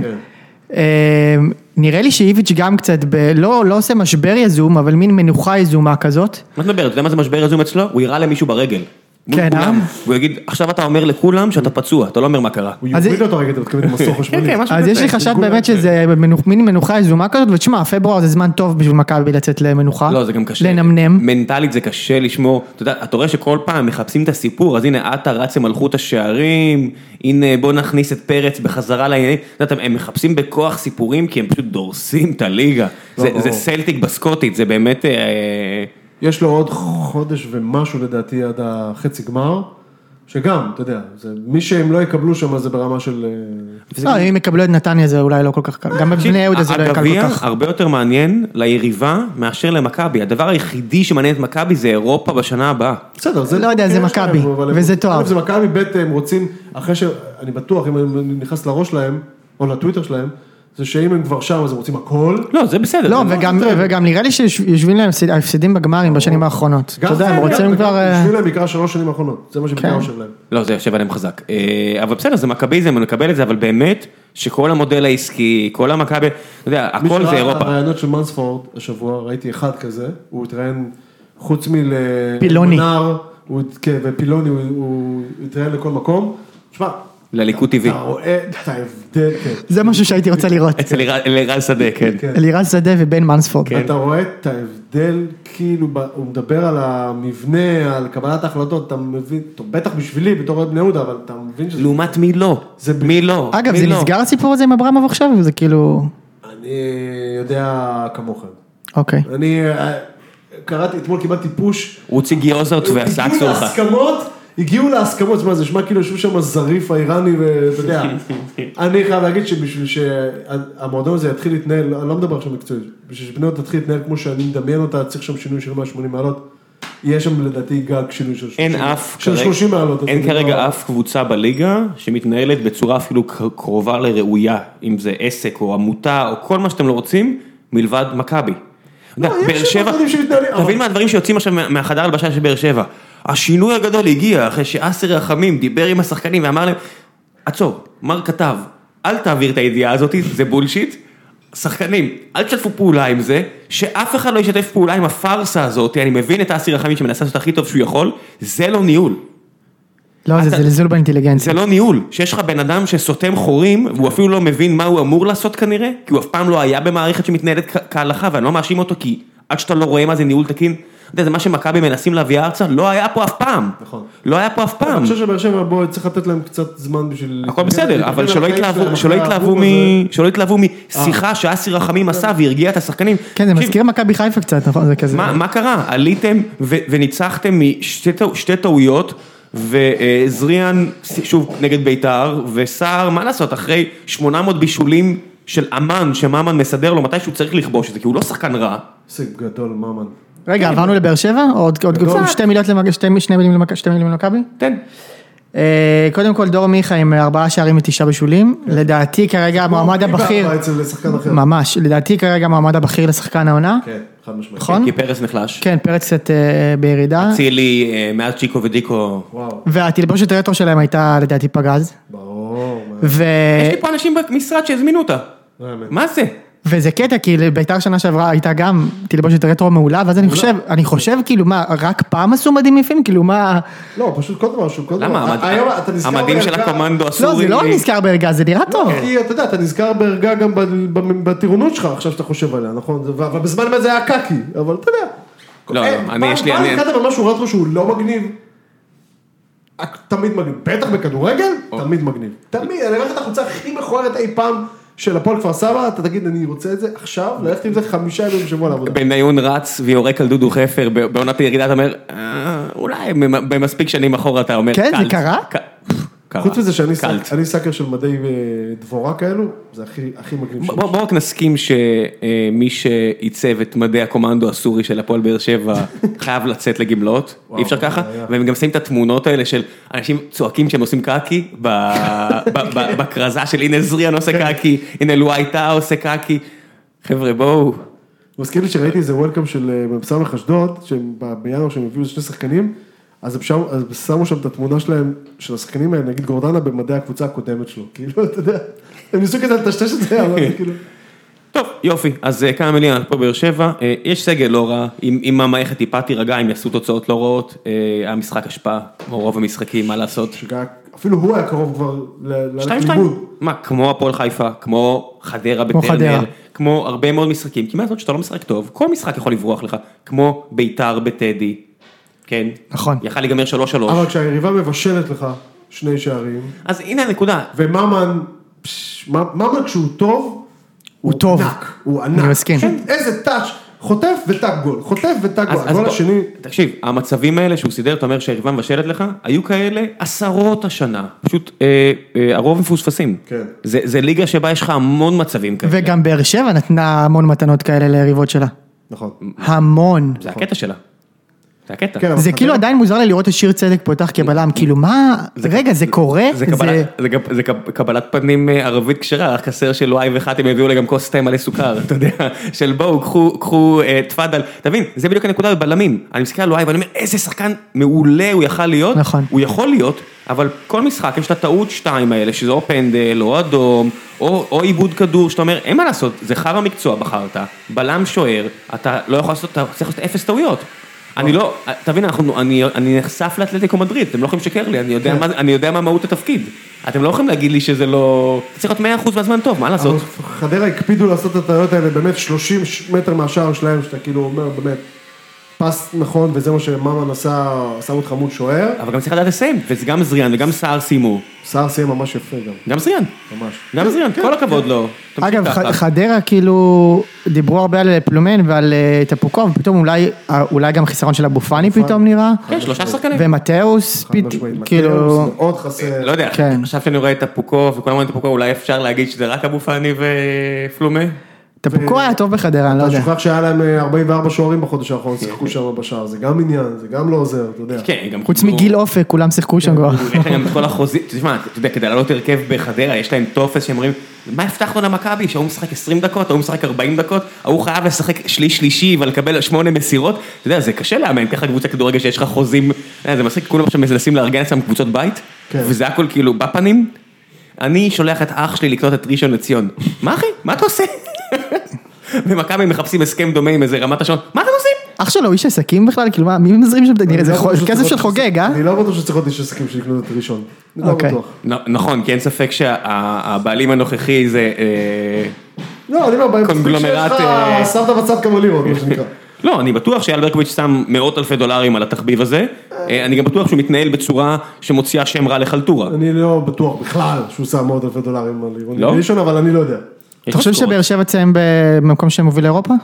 נראה לי שאיביץ' גם קצת, לא עושה משבר יזום, אבל מין מנוחה יזומה כזאת. מה אתה מדבר? אתה יודע מה זה משבר יזום אצלו? הוא יראה למישהו ברגל. כן, הוא יגיד, עכשיו אתה אומר לכולם שאתה פצוע, אתה לא אומר מה קרה. הוא יוריד אותו רגע, אתה מתכוון עם מסוך חשמלי. אז יש לי חשד באמת שזה מין מנוחה יזומה כזאת, ותשמע, פברואר זה זמן טוב בשביל מכבי לצאת למנוחה. לא, זה גם קשה. לנמנם. מנטלית זה קשה לשמור, אתה רואה שכל פעם מחפשים את הסיפור, אז הנה, אתה רץ למלכות השערים, הנה בוא נכניס את פרץ בחזרה לעניינים, הם מחפשים בכוח סיפורים, כי הם פשוט דורסים את הליגה. זה סלטיק בסקוטית, זה באמת... יש לו עוד חודש ומשהו לדעתי עד החצי גמר, שגם, אתה יודע, מי שהם לא יקבלו שם זה ברמה של... לא, אם יקבלו את נתניה זה אולי לא כל כך קל, גם בבני יהודה זה לא יקל כל כך. הגביע הרבה יותר מעניין ליריבה מאשר למכבי, הדבר היחידי שמעניין את מכבי זה אירופה בשנה הבאה. בסדר, זה... לא יודע, זה מכבי, וזה תואר. זה מכבי, ב' הם רוצים, אחרי שאני בטוח, אם אני נכנס לראש שלהם, או לטוויטר שלהם, זה שאם הם כבר שם, אז הם רוצים הכל. לא, זה בסדר. לא, וגם נראה לי שיושבים להם ההפסדים בגמרים בשנים האחרונות. אתה יודע, הם רוצים כבר... יושבים להם בעיקר 3 שנים האחרונות, זה מה שבעיקר יושב להם. לא, זה יושב עליהם חזק. אבל בסדר, זה מכביזם, אני מקבל את זה, אבל באמת, שכל המודל העסקי, כל המכבי, אתה יודע, הכל זה אירופה. הרעיונות של מנספורד השבוע, ראיתי אחד כזה, הוא התראיין חוץ פילוני. ופילוני, הוא התראיין לכל מקום. תשמע, לליכוד טבעי. אתה רואה את ההבדל, כן. זה משהו שהייתי רוצה לראות. אצל אלירז שדה, כן. אלירז שדה ובן מנספורד. אתה רואה את ההבדל, כאילו, הוא מדבר על המבנה, על קבלת ההחלטות, אתה מבין, בטח בשבילי, בתור רד בני יהודה, אבל אתה מבין שזה... לעומת מי לא? מי לא? אגב, זה נסגר הסיפור הזה עם אברמוב עכשיו, וזה כאילו... אני יודע כמוכם. אוקיי. אני קראתי, אתמול קיבלתי פוש. הוא הוציא גיוזות ועסקו לך. הגיעו להסכמות, זאת אומרת, זה שמע כאילו ישבו שם זריף האיראני, ואתה יודע, אני חייב להגיד שבשביל שהמועדון הזה יתחיל להתנהל, אני לא מדבר עכשיו מקצועית, בשביל שבני יהודה תתחיל להתנהל כמו שאני מדמיין אותה, צריך שם שינוי של 180 מעלות, יש שם לדעתי גג שינוי של 30 מעלות. אין כרגע אף קבוצה בליגה שמתנהלת בצורה אפילו קרובה לראויה, אם זה עסק או עמותה או כל מה שאתם לא רוצים, מלבד מכבי. באר שבע, תבין מה הדברים שיוצאים עכשיו מהחדר הלבשה של באר שבע. השינוי הגדול הגיע אחרי שאסר רחמים דיבר עם השחקנים ואמר להם, עצור, מר כתב, אל תעביר את הידיעה הזאת, זה בולשיט, שחקנים, אל תשתפו פעולה עם זה, שאף אחד לא ישתף פעולה עם הפרסה הזאת, אני מבין את האסיר החמיד שמנסה לעשות הכי טוב שהוא יכול, זה לא ניהול. לא, זה זלזול באינטליגנציה. זה לא ניהול, שיש לך בן אדם שסותם חורים, והוא אפילו לא מבין מה הוא אמור לעשות כנראה, כי הוא אף פעם לא היה במערכת שמתנהלת כהלכה, ואני לא מאשים אותו, כי עד שאתה לא רואה מה זה ניהול תקין, זה מה שמכבי מנסים להביא ארצה, לא היה פה אף פעם. נכון. לא היה פה אף פעם. אני חושב שבאר שבע, בוא, צריך לתת להם קצת זמן בשביל... הכל בסדר, אבל שלא יתלהבו משיחה שאסי רחמים עשה והרגיע את השחקנים. כן, זה מזכיר מכבי חיפה קצת, נכון? זה כזה. מה קרה? עליתם וניצחתם משתי טעויות, וזריאן, שוב, נגד ביתר, וסער, מה לעשות, אחרי 800 בישולים של אמן, שמאמן מסדר לו מתי שהוא צריך לכבוש את זה, כי הוא לא שחקן רע. הישג גדול, מאמן. רגע, עברנו לבאר שבע? או עוד שתי מילים למכבי? תן. קודם כל דור מיכה עם 4 שערים ו9 בישולים, לדעתי כרגע המועמד הבכיר, ממש, לדעתי כרגע המועמד הבכיר לשחקן העונה, כן, חד משמעית. נכון? כי פרס נחלש. כן, פרץ קצת בירידה, צילי, מאז צ'יקו ודיקו. והתלבושת רטרו שלהם הייתה לדעתי פגז, ברור. יש לי פה אנשים במשרד שהזמינו אותה. מה זה? וזה קטע, כי ביתר שנה שעברה הייתה גם תלבושת רטרו מעולה, ואז אני חושב כאילו מה, רק פעם עשו מדים יפים, כאילו מה... לא, פשוט כל דבר שהוא כל דבר. למה? המדים של הקומנדו אסורי... לא, זה לא נזכר בערגה, זה נראה טוב. כי אתה יודע, אתה נזכר בערגה גם בטירונות שלך, עכשיו שאתה חושב עליה, נכון? אבל בזמן מה זה היה קקי, אבל אתה יודע. לא, יש לי... פעם נזכרת במשהו רטרו שהוא לא מגניב, תמיד מגניב. בטח בכדורגל, תמיד מגניב. תמיד, אני רואה את החולצה הכי מכוערת אי פעם של הפועל כפר סבא, אתה תגיד, אני רוצה את זה עכשיו, ללכת עם זה 5 ימים בשבוע לעבודה. בניון רץ ויורק על דודו חפר, בעונת הירידה אתה אומר, אולי במספיק שנים אחורה אתה אומר, כן, זה קרה? חוץ מזה שאני סקר של מדי דבורה כאלו, זה הכי מגניב שלו. בואו רק נסכים שמי שעיצב את מדי הקומנדו הסורי של הפועל באר שבע, חייב לצאת לגמלות, אי אפשר ככה, והם גם שמים את התמונות האלה של אנשים צועקים שהם עושים קאקי, בקרזה של הנה זריאן עושה קאקי, הנה לואייטה עושה קאקי, חבר'ה בואו. מזכיר לי שראיתי איזה וולקאם של סמך אשדוד, שבינואר שהם הביאו 2 שחקנים, אז שמו שם את התמונה שלהם, של השחקנים האלה, נגיד גורדנה במדעי הקבוצה הקודמת שלו, כאילו, אתה יודע, הם ניסו כזה לטשטש את זה, אבל כאילו... טוב, יופי, אז כמה מילים פה באר שבע, יש סגל לא רע, אם המערכת טיפה תירגע, אם יעשו תוצאות לא רעות, המשחק השפעה, כמו רוב המשחקים, מה לעשות? אפילו הוא היה קרוב כבר ללימוד. מה, כמו הפועל חיפה, כמו חדרה בטרנר, כמו הרבה מאוד משחקים, כי מה זאת שאתה לא משחק טוב, כל משחק יכול לברוח לך, כמו ביתר בטדי, כן? נכון. יכל להיגמר 3-3. אבל כשהיריבה מבשלת לך 2 שערים. אז הנה הנקודה. ומאמן כשהוא טוב, הוא טוב. הוא ענק. אני מסכים. איזה טאץ', חוטף וטאק גול, חוטף וטאק גול. הגול השני... תקשיב, המצבים האלה שהוא סידר, אתה אומר שהיריבה מבשלת לך, היו כאלה עשרות השנה. פשוט הרוב מפוספסים. כן. זה ליגה שבה יש לך המון מצבים כאלה. וגם באר שבע נתנה המון מתנות כאלה ליריבות שלה. נכון. המון. זה הקטע שלה. זה הקטע. זה כאילו עדיין מוזר לי לראות את שיר צדק פותח כבלם, כאילו מה, רגע זה קורה? זה קבלת פנים ערבית כשרה, רק חסר של וואי וחת, הם הביאו לה גם כוס תה מלא סוכר, אתה יודע, של בואו, קחו תפדל, תבין, זה בדיוק הנקודה בבלמים, אני מסתכל על וואי ואני אומר, איזה שחקן מעולה הוא יכול להיות, הוא יכול להיות, אבל כל משחק יש את הטעות 2 האלה, שזה או פנדל, או אדום, או עיבוד כדור, שאתה אומר, אין מה לעשות, זה חר המקצוע בחרת, בלם שוער, אתה לא יכול לעשות, אתה צריך לעשות 0 טעויות. אני לא, תבין, אני נחשף לאתלטיקו מדריד, אתם לא יכולים לשקר לי, אני יודע מה מהות התפקיד. אתם לא יכולים להגיד לי שזה לא... צריך להיות 100% מהזמן טוב, מה לעשות? חדרה הקפידו לעשות את הטעויות האלה, באמת 30 מטר מהשער שלהם, שאתה כאילו אומר, באמת, פס נכון, וזה מה שמאמן עשה, שם אותך מול שוער. אבל גם צריך לדעת לסיים, וזה גם זריאן וגם סער סיימו. סער סיים ממש יפה גם. גם זריאן. ממש. גם זריאן, כל הכבוד לו. אגב, חדרה כאילו, דיברו הרבה על פלומן ועל טפוקוב, ופתאום אולי גם חיסרון של אבו פאני פתאום נראה. כן, 3 שחקנים. ומתאוס, כאילו... מאוד חסר. לא יודע, עכשיו שאני רואה את טפוקוב, וכולם רואים את טפוקוב, אולי אפשר להגיד שזה רק אבו פאני ופלומה? טפוקו היה טוב בחדרה, אני לא יודע. אתה שוכח שהיה להם 44 שוערים בחודש האחרון, שיחקו שם בשער, זה גם עניין, זה גם לא עוזר, אתה יודע. חוץ מגיל אופק, כולם שיחקו שם כבר. יש להם כל החוזים, תשמע, אתה יודע, כדי לעלות הרכב בחדרה, יש להם טופס שאומרים, מה הבטחנו למכבי, שהוא משחק 20 דקות, הוא משחק 40 דקות, הוא חייב לשחק שלישי ולקבל 8 מסירות, אתה יודע, זה קשה לאמן, ככה קבוצה כדורגל שיש לך חוזים, זה מספיק, כולם עכשיו מנסים לארגן אצלם קבוצות בית, וזה הכל כאילו בפנים, אני שולח את אח שלי לקנות את ראשון לציון. מה אחי? מה אתה עושה? ומכבי מחפשים הסכם דומה עם איזה רמת השעון. מה אתם עושים? אח שלו איש עסקים בכלל, כאילו מה, מי מזרים שם, נראה, זה כסף של חוגג, אה? אני לא בטוח שצריך להיות איש עסקים שלקנות את ראשון. אני לא בטוח. נכון, כי אין ספק שהבעלים הנוכחי זה לא, אני אומר, קונגלומרט. שמת בצד כמה לירות, מה שנקרא. לא, אני בטוח שאייל ברקוביץ' שם מאות אלפי דולרים על התחביב הזה, אני גם בטוח שהוא מתנהל בצורה שמוציאה שם רע לחלטורה. אני לא בטוח בכלל שהוא שם מאות אלפי דולרים על לירות. לא? ראשון, אבל אני לא יודע. אתה חושב שבאר שבע תסיים במקום שהם מוביל לאירופה?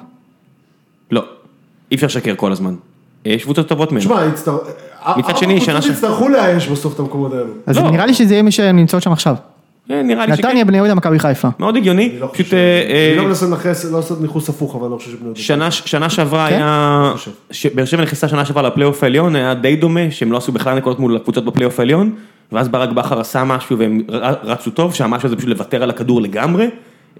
לא, אי אפשר לשקר כל הזמן. יש קבוצות טובות ממנו. תשמע, מצד שני, שנה יצטרכו לאייש בסוף את המקומות האלו. אז לא. נראה לי שזה יהיה מי שנמצאות שם עכשיו. נראה לי שכן. נתניה, בני יהודה, מכבי חיפה. מאוד הגיוני. פשוט אני לא מנסה לעשות ניחוס הפוך, אבל אני לא חושב שבני יהודה. שנה שעברה היה, באר שבע נכנסה שנה שעברה לפלייאוף העליון, היה די דומה, שהם לא עשו בכלל נקודות מול הקבוצות בפלייאוף העליון, ואז ברק בכר עשה משהו והם רצו טוב, שהמשהו הזה פשוט לוותר על הכדור לגמרי.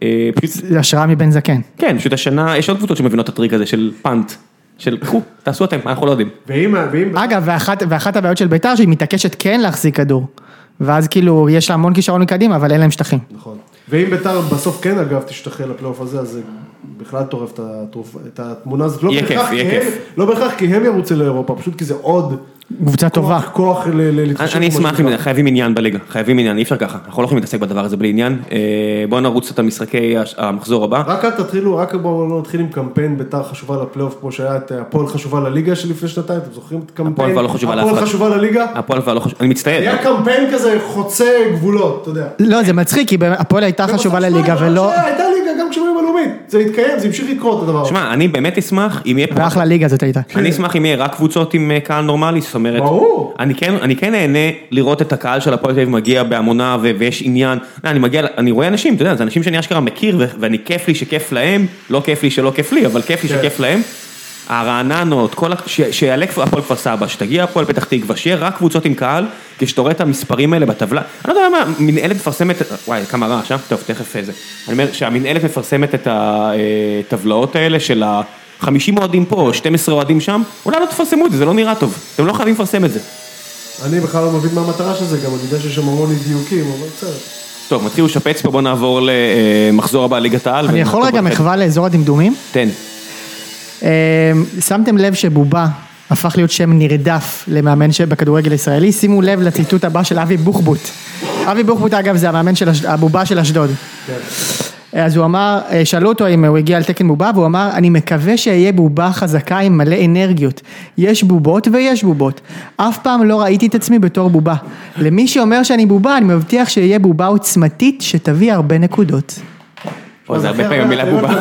השראה מבן זקן. כן, פשוט השנה, יש עוד קבוצות שמבינות את הטריק הזה של פאנט, של קחו, תעשו אתם, אנחנו לא יודעים. אגב, ואחת הבעיות של בית"ר שהיא מתעקשת כן להחזיק כדור. ואז כאילו יש לה המון כישרון מקדימה, אבל אין להם שטחים. נכון. ואם בית"ר בסוף כן אגב תשתחרר לפלייאוף הזה, אז זה בכלל טורף את התמונה הזאת. לא בהכרח כי הם ירוצו לאירופה, פשוט כי זה עוד קבוצה טובה. כוח להתחשב. אני אשמח, חייבים עניין בליגה, חייבים עניין, אי אפשר ככה, אנחנו לא יכולים להתעסק בדבר הזה בלי עניין, בואו נרוץ את המשחקי המחזור הבא. רק בואו נתחיל עם קמפיין בית"ר חשובה לפלייאוף, כמו שהיה את הפועל חשובה לליגה שלפני שנתיים, אתם זוכרים את קמפיין? הפועל חשובה לליגה? אני מצטער. היה קמפיין כזה חוצה גבולות, אתה יודע. לא, זה מצחיק, כי הפועל הייתה חשובה לליגה ולא... הייתה ליגה גם כשהם היו בלאומית, זה התקיים, זה המשיך לקרות הדבר. שמע, אני באמת אשמח אם יהיה פה... ואחלה ליגה זאת הייתה. אני אשמח אם יהיה רק קבוצות עם קהל נורמלי, זאת אומרת... ברור. אני כן נהנה לראות את הקהל של הפועל תל אביב מגיע בהמונה ויש עניין, אני רואה אנשים, אתה יודע, זה אנשים שאני אשכרה מכיר ואני כיף לי שכיף להם, לא כיף לי שלא כיף לי, אבל כיף לי שכיף להם. הרעננות, שיעלה הפועל כפר סבא, שתגיע הפועל פתח תקווה, שיהיה רק קבוצות עם קהל, כשאתה רואה את המספרים האלה בטבלה, אני לא יודע מה, מנהלת מפרסמת, וואי, כמה רעש, טוב, תכף זה, אני אומר שהמנהלת מפרסמת את הטבלאות האלה של 50 אוהדים פה, 12 אוהדים שם, אולי לא תפרסמו את זה, זה לא נראה טוב, אתם לא חייבים לפרסם את זה. אני בכלל לא מבין מה המטרה של זה, גם אני יודע שיש שם המון דיוקים, אבל בסדר. טוב, מתחיל לשפץ פה, בוא נעבור למחזור הבא ליגת העל. אני יכול רגע מחווה לאזור הדמדומים? תן. שמתם לב שבובה הפך להיות שם נרדף למאמן בכדורגל הישראלי, שימו לב לציטוט הבא של אבי בוחבוט. אבי בוחבוט אגב זה המאמן של הבובה של אשדוד. אז הוא אמר, שאלו אותו אם הוא הגיע על תקן בובה, והוא אמר, אני מקווה שיהיה בובה חזקה עם מלא אנרגיות. יש בובות ויש בובות. אף פעם לא ראיתי את עצמי בתור בובה. למי שאומר שאני בובה, אני מבטיח שיהיה בובה עוצמתית שתביא הרבה נקודות. זה הרבה פעמים המילה בובה.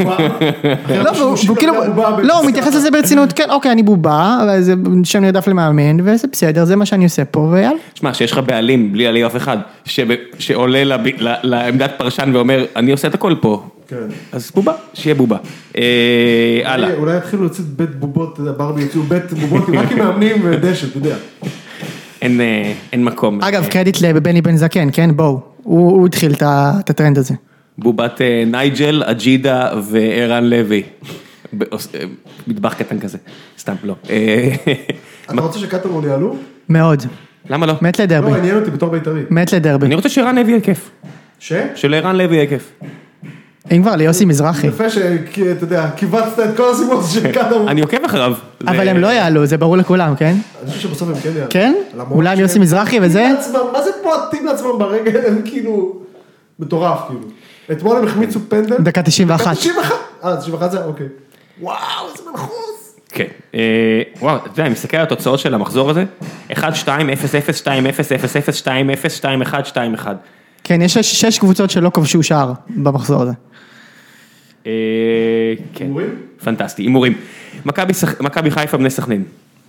לא, הוא מתייחס לזה ברצינות, כן, אוקיי, אני בובה, זה שם נרדף למאמן, וזה בסדר, זה מה שאני עושה פה, ויאללה. תשמע, שיש לך בעלים, בלי עלי אף אחד, שעולה לעמדת פרשן ואומר, אני עושה את הכל פה, אז בובה, שיהיה בובה. הלאה. אולי יתחילו להוציא בית בובות, ברבי יוציאו בית בובות, רק עם מאמנים ודשא, אתה יודע. אין מקום. אגב, קרדיט לבני בן זקן, כן, בואו, הוא התחיל את הטרנד הזה. בובת נייג'ל, אג'ידה וערן לוי. מטבח קטן כזה, סתם, לא. אתה רוצה שקטמון יעלו? מאוד. למה לא? מת לדרבי. לא, עניין אותי בתור בית"רי. מת לדרבי. אני רוצה שערן לוי יהיה כיף. שלערן לוי יהיה כיף. אם כבר, ליוסי מזרחי. יפה שאתה יודע, קיבצת את כל הסיבות של קטמון. אני עוקב אחריו. אבל הם לא יעלו, זה ברור לכולם, כן? אני חושב שבסוף הם כן יעלו. כן? אולי עם יוסי מזרחי וזה? מה זה פועטים לעצמם ברגל? הם כאילו מטורף, כאילו. אתמול הם החמיצו פנדל. דקה 91. 91 זה? אוקיי. וואו, איזה מנחוס. כן. וואו, אתה יודע, אני מסתכל על התוצאות של המחזור הזה. 1-2, 0-0, 2-0, 0-0, 2-0, 2-1, 2-1. כן, יש 6 קבוצות שלא כבשו שער במחזור הזה. כן. הימורים? פנטסטי, הימורים. מכבי חיפה בני סכנין.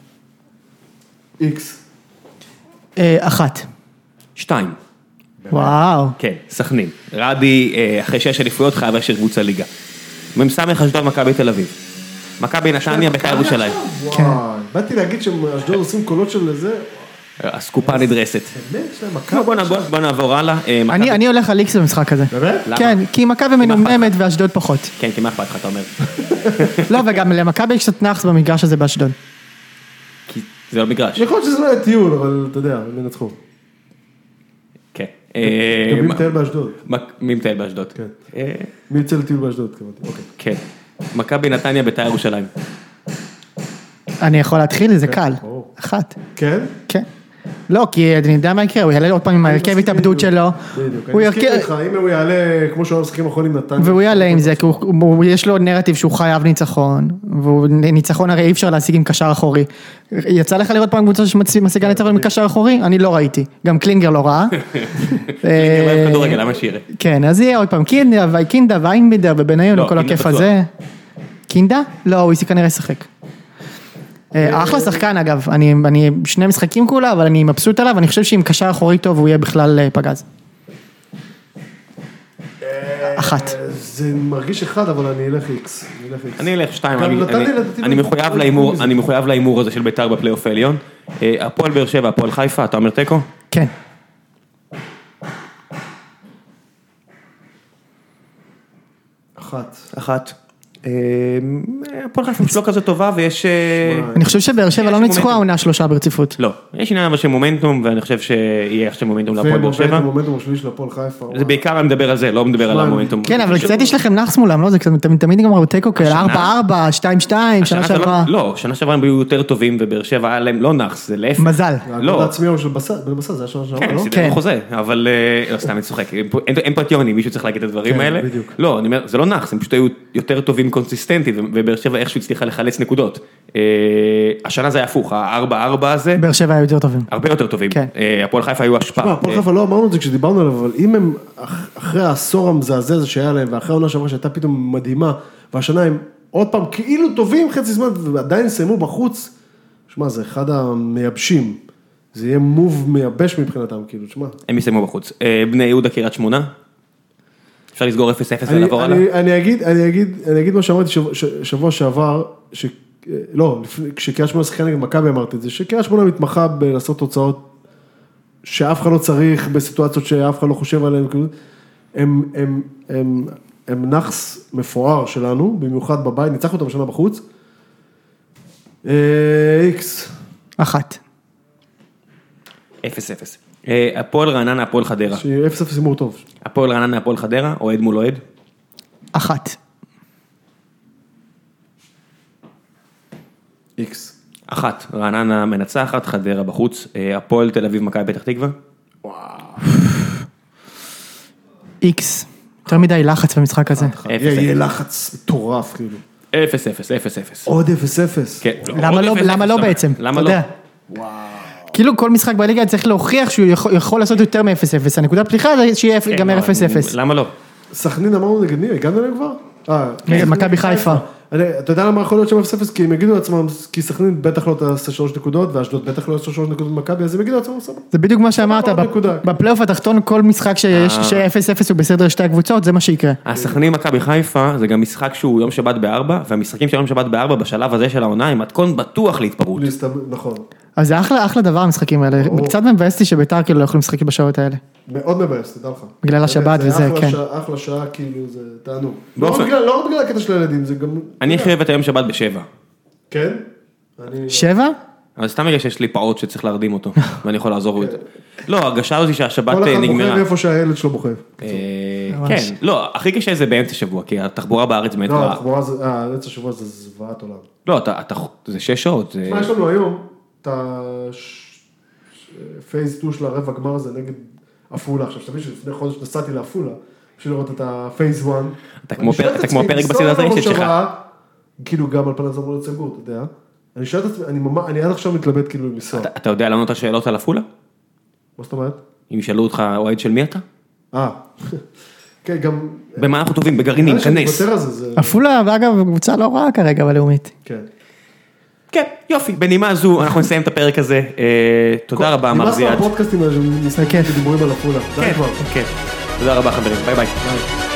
איקס. 1. 2. וואו. כן, סכנין. רדי, אחרי 6 אליפויות חייב יש קבוצה ליגה. ממסמך אשדוד מכבי תל אביב. מכבי נתניה בית"ר ירושלים. וואי, באתי להגיד שאשדוד עושים קולות של זה. הסקופה נדרסת. באמת, יש להם מכבי. בוא נעבור הלאה. אני הולך על איקס במשחק הזה. באמת? כן, כי מכבי מנומנמת ואשדוד פחות. כן, כי מה אכפת לך, אתה אומר. לא, וגם למכבי יש קצת נחס במגרש הזה באשדוד. כי זה לא מגרש. יכול להיות שזה לא יהיה טיול, אבל אתה יודע, הם ינצחו. כן. גם מי מטייל באשדוד. מי מטייל באשדוד? כן. מי יוצא לטיול באשדוד, כמובן. כן. מכבי נתניה בית"ר ירושלים. אני יכול להתחיל, זה קל. 1. כן? כן. לא, כי אני יודע מה יקרה, הוא יעלה עוד פעם עם הרכב התאבדות שלו. בדיוק, אני מסכים איתך, אם הוא יעלה כמו שהוא המשחקים האחרונים נתניה. והוא יעלה עם זה, כי יש לו נרטיב שהוא חייב ניצחון, וניצחון הרי אי אפשר להשיג עם קשר אחורי. יצא לך לראות פעם קבוצה שמשיגה ניצחון מקשר אחורי? אני לא ראיתי, גם קלינגר לא ראה. קלינגר לא אוהב כדורגל, למה שיראה? כן, אז יהיה עוד פעם קינדה ויינבידר ובניון וכל הכיף הזה. קינדה? לא, הוא כנראה ישחק. אחלה שחקן אגב, אני 2 משחקים כולה, אבל אני מבסוט עליו, אני חושב שעם קשר אחורי טוב הוא יהיה בכלל פגז. 1. זה מרגיש 1, אבל אני אלך X. אני אלך 2, אני מחויב לאימור הזה של בית"ר בפלייאוף העליון. הפועל באר שבע, הפועל חיפה, אתה אומר תיקו? כן. 1. הפועל חיפה לא כזה טובה ויש... אני חושב שבאר שבע לא ניצחו העונה 3 ברציפות. לא, יש עניין של מומנטום ואני חושב שיהיה עכשיו מומנטום להפועל באר שבע. ומומנטום השביעי של הפועל חיפה. זה בעיקר אני מדבר על זה, לא מדבר על המומנטום. כן, אבל קצת יש לכם נחס מולם, לא? זה תמיד גם הרבה תיקו כאלה, 4-4, 2-2, שנה שעברה. לא, שנה שעברה הם היו יותר טובים ובאר שבע היה להם לא נחס, זה להפך. מזל. לא. העצמי של בסד, זה היה שנה שעברה, לא? כן, חוזה, אבל לא סתם אני צוחק, אין פה את יוני, מישהו צריך להגיד את הדברים האלה. לא, אני אומר, זה לא נחס, הם פשוט היו יותר טובים קונסיסטנטית, ובאר שבע איכשהו הצליחה לחלץ נקודות. השנה זה היה הפוך, ה-4-4 הזה. באר שבע היו יותר טובים. הרבה יותר טובים. הפועל חיפה היו השפעה. הפועל חיפה לא אמרנו את זה כשדיברנו עליו, אבל אם הם אחרי העשור המזעזע הזה שהיה להם, ואחרי העונה שעברה שהייתה פתאום מדהימה, והשנה הם עוד פעם כאילו טובים חצי זמן, ועדיין סיימו בחוץ, שמע, זה אחד המייבשים. זה יהיה מוב מייבש מבחינתם, כאילו, שמע. הם יסיימו בחוץ. בני יהודה קריית שמונה? אפשר לסגור 0-0 ולעבור הלאה? אני אגיד מה שאמרתי שבוע שעבר, לא, כשקריית שמונה שחקן נגד מכבי אמרתי את זה, שקריית שמונה מתמחה בלעשות תוצאות שאף אחד לא צריך, בסיטואציות שאף אחד לא חושב עליהן, הם נחס מפואר שלנו, במיוחד בבית, ניצחנו אותם שנה בחוץ. X. 1. 0-0. הפועל רעננה, הפועל חדרה. 0-0 הימור טוב. הפועל רעננה, הפועל חדרה, אוהד מול אוהד? 1. X. 1. רעננה מנצחת, חדרה בחוץ. הפועל תל אביב, מכבי פתח תקווה? וואו. X. יותר מדי לחץ במשחק הזה. יהיה לחץ מטורף, כאילו. 0-0. עוד 0-0. כן. למה לא בעצם? למה לא? וואו. כאילו כל משחק בליגה צריך להוכיח שהוא יכול לעשות יותר מ-0-0, הנקודת פתיחה זה שיהיה גם 0-0. למה לא? סכנין אמרנו נגד מי? הגענו אליהם כבר? מכבי חיפה. אתה יודע למה יכול להיות שם 0-0? כי הם יגידו לעצמם, כי סכנין בטח לא תעשה 3 נקודות, ואשדוד בטח לא יעשה 3 נקודות במכבי, אז הם יגידו לעצמם סבבה. זה בדיוק מה שאמרת, בפלייאוף התחתון כל משחק ש-0-0 הוא בסדר 2 קבוצות, זה מה שיקרה. הסכנין מכבי חיפה זה גם משחק שהוא יום שבת ב-4, והמשחקים של יום שבת ב-4 בשלב הזה של העונה, הם מתכון בטוח להתפרעות. נכון. אז זה אחלה דבר המשחקים האלה, קצת מבאס לי שביתר כאילו לא יכולים לשחק בשעות האלה. מאוד מבאס, תדע לך. בגלל השבת וזה, כן. זה אחלה שעה, כאילו, זה תענוג. לא בגלל הקטע של הילדים, זה גם... אני חייב את היום שבת ב-7. כן? 7? אבל סתם רגע שיש לי פעוט שצריך להרדים אותו, ואני יכול לעזור את זה. לא, הרגשה הזו שהשבת כל אחד נגמרה. בוחר איפה שהילד שלו בוחר. כן, לא, הכי קשה זה באמצע שבוע, כי התחבורה בארץ באמת... לא, התחבורה זה, אמצע שבוע זה זוועת עולם. לא, זה 6 שעות. מה יש לנו היום? את הפייס 2 של הרבע גמר הזה נגד אפולה. עכשיו, שתבין שלפני חודש נסעתי לאפולה, בשביל לראות את הפייס 1. אתה כמו פרק בסדרת הרשת שלך. כאילו גם על פניו זה אמור להיות סגור, אתה יודע? אני שואל את עצמי, אני עד עכשיו מתלבט כאילו עם לנסוע. אתה יודע לענות את השאלות על אפולה? מה זאת אומרת? אם ישאלו אותך, אוהד של מי אתה? כן, גם... במה אנחנו טובים? בגרעינים, כנס. אפולה, ואגב, קבוצה לא רעה כרגע בלאומית. כן. כן, יופי, בנימה זו, אנחנו נסיים את הפרק הזה. תודה רבה, מר זיאד. נמאס מהפודקאסטים האלה, נסתכל ודיבורים על אפולה. כן, תודה רבה חברים, ביי ביי.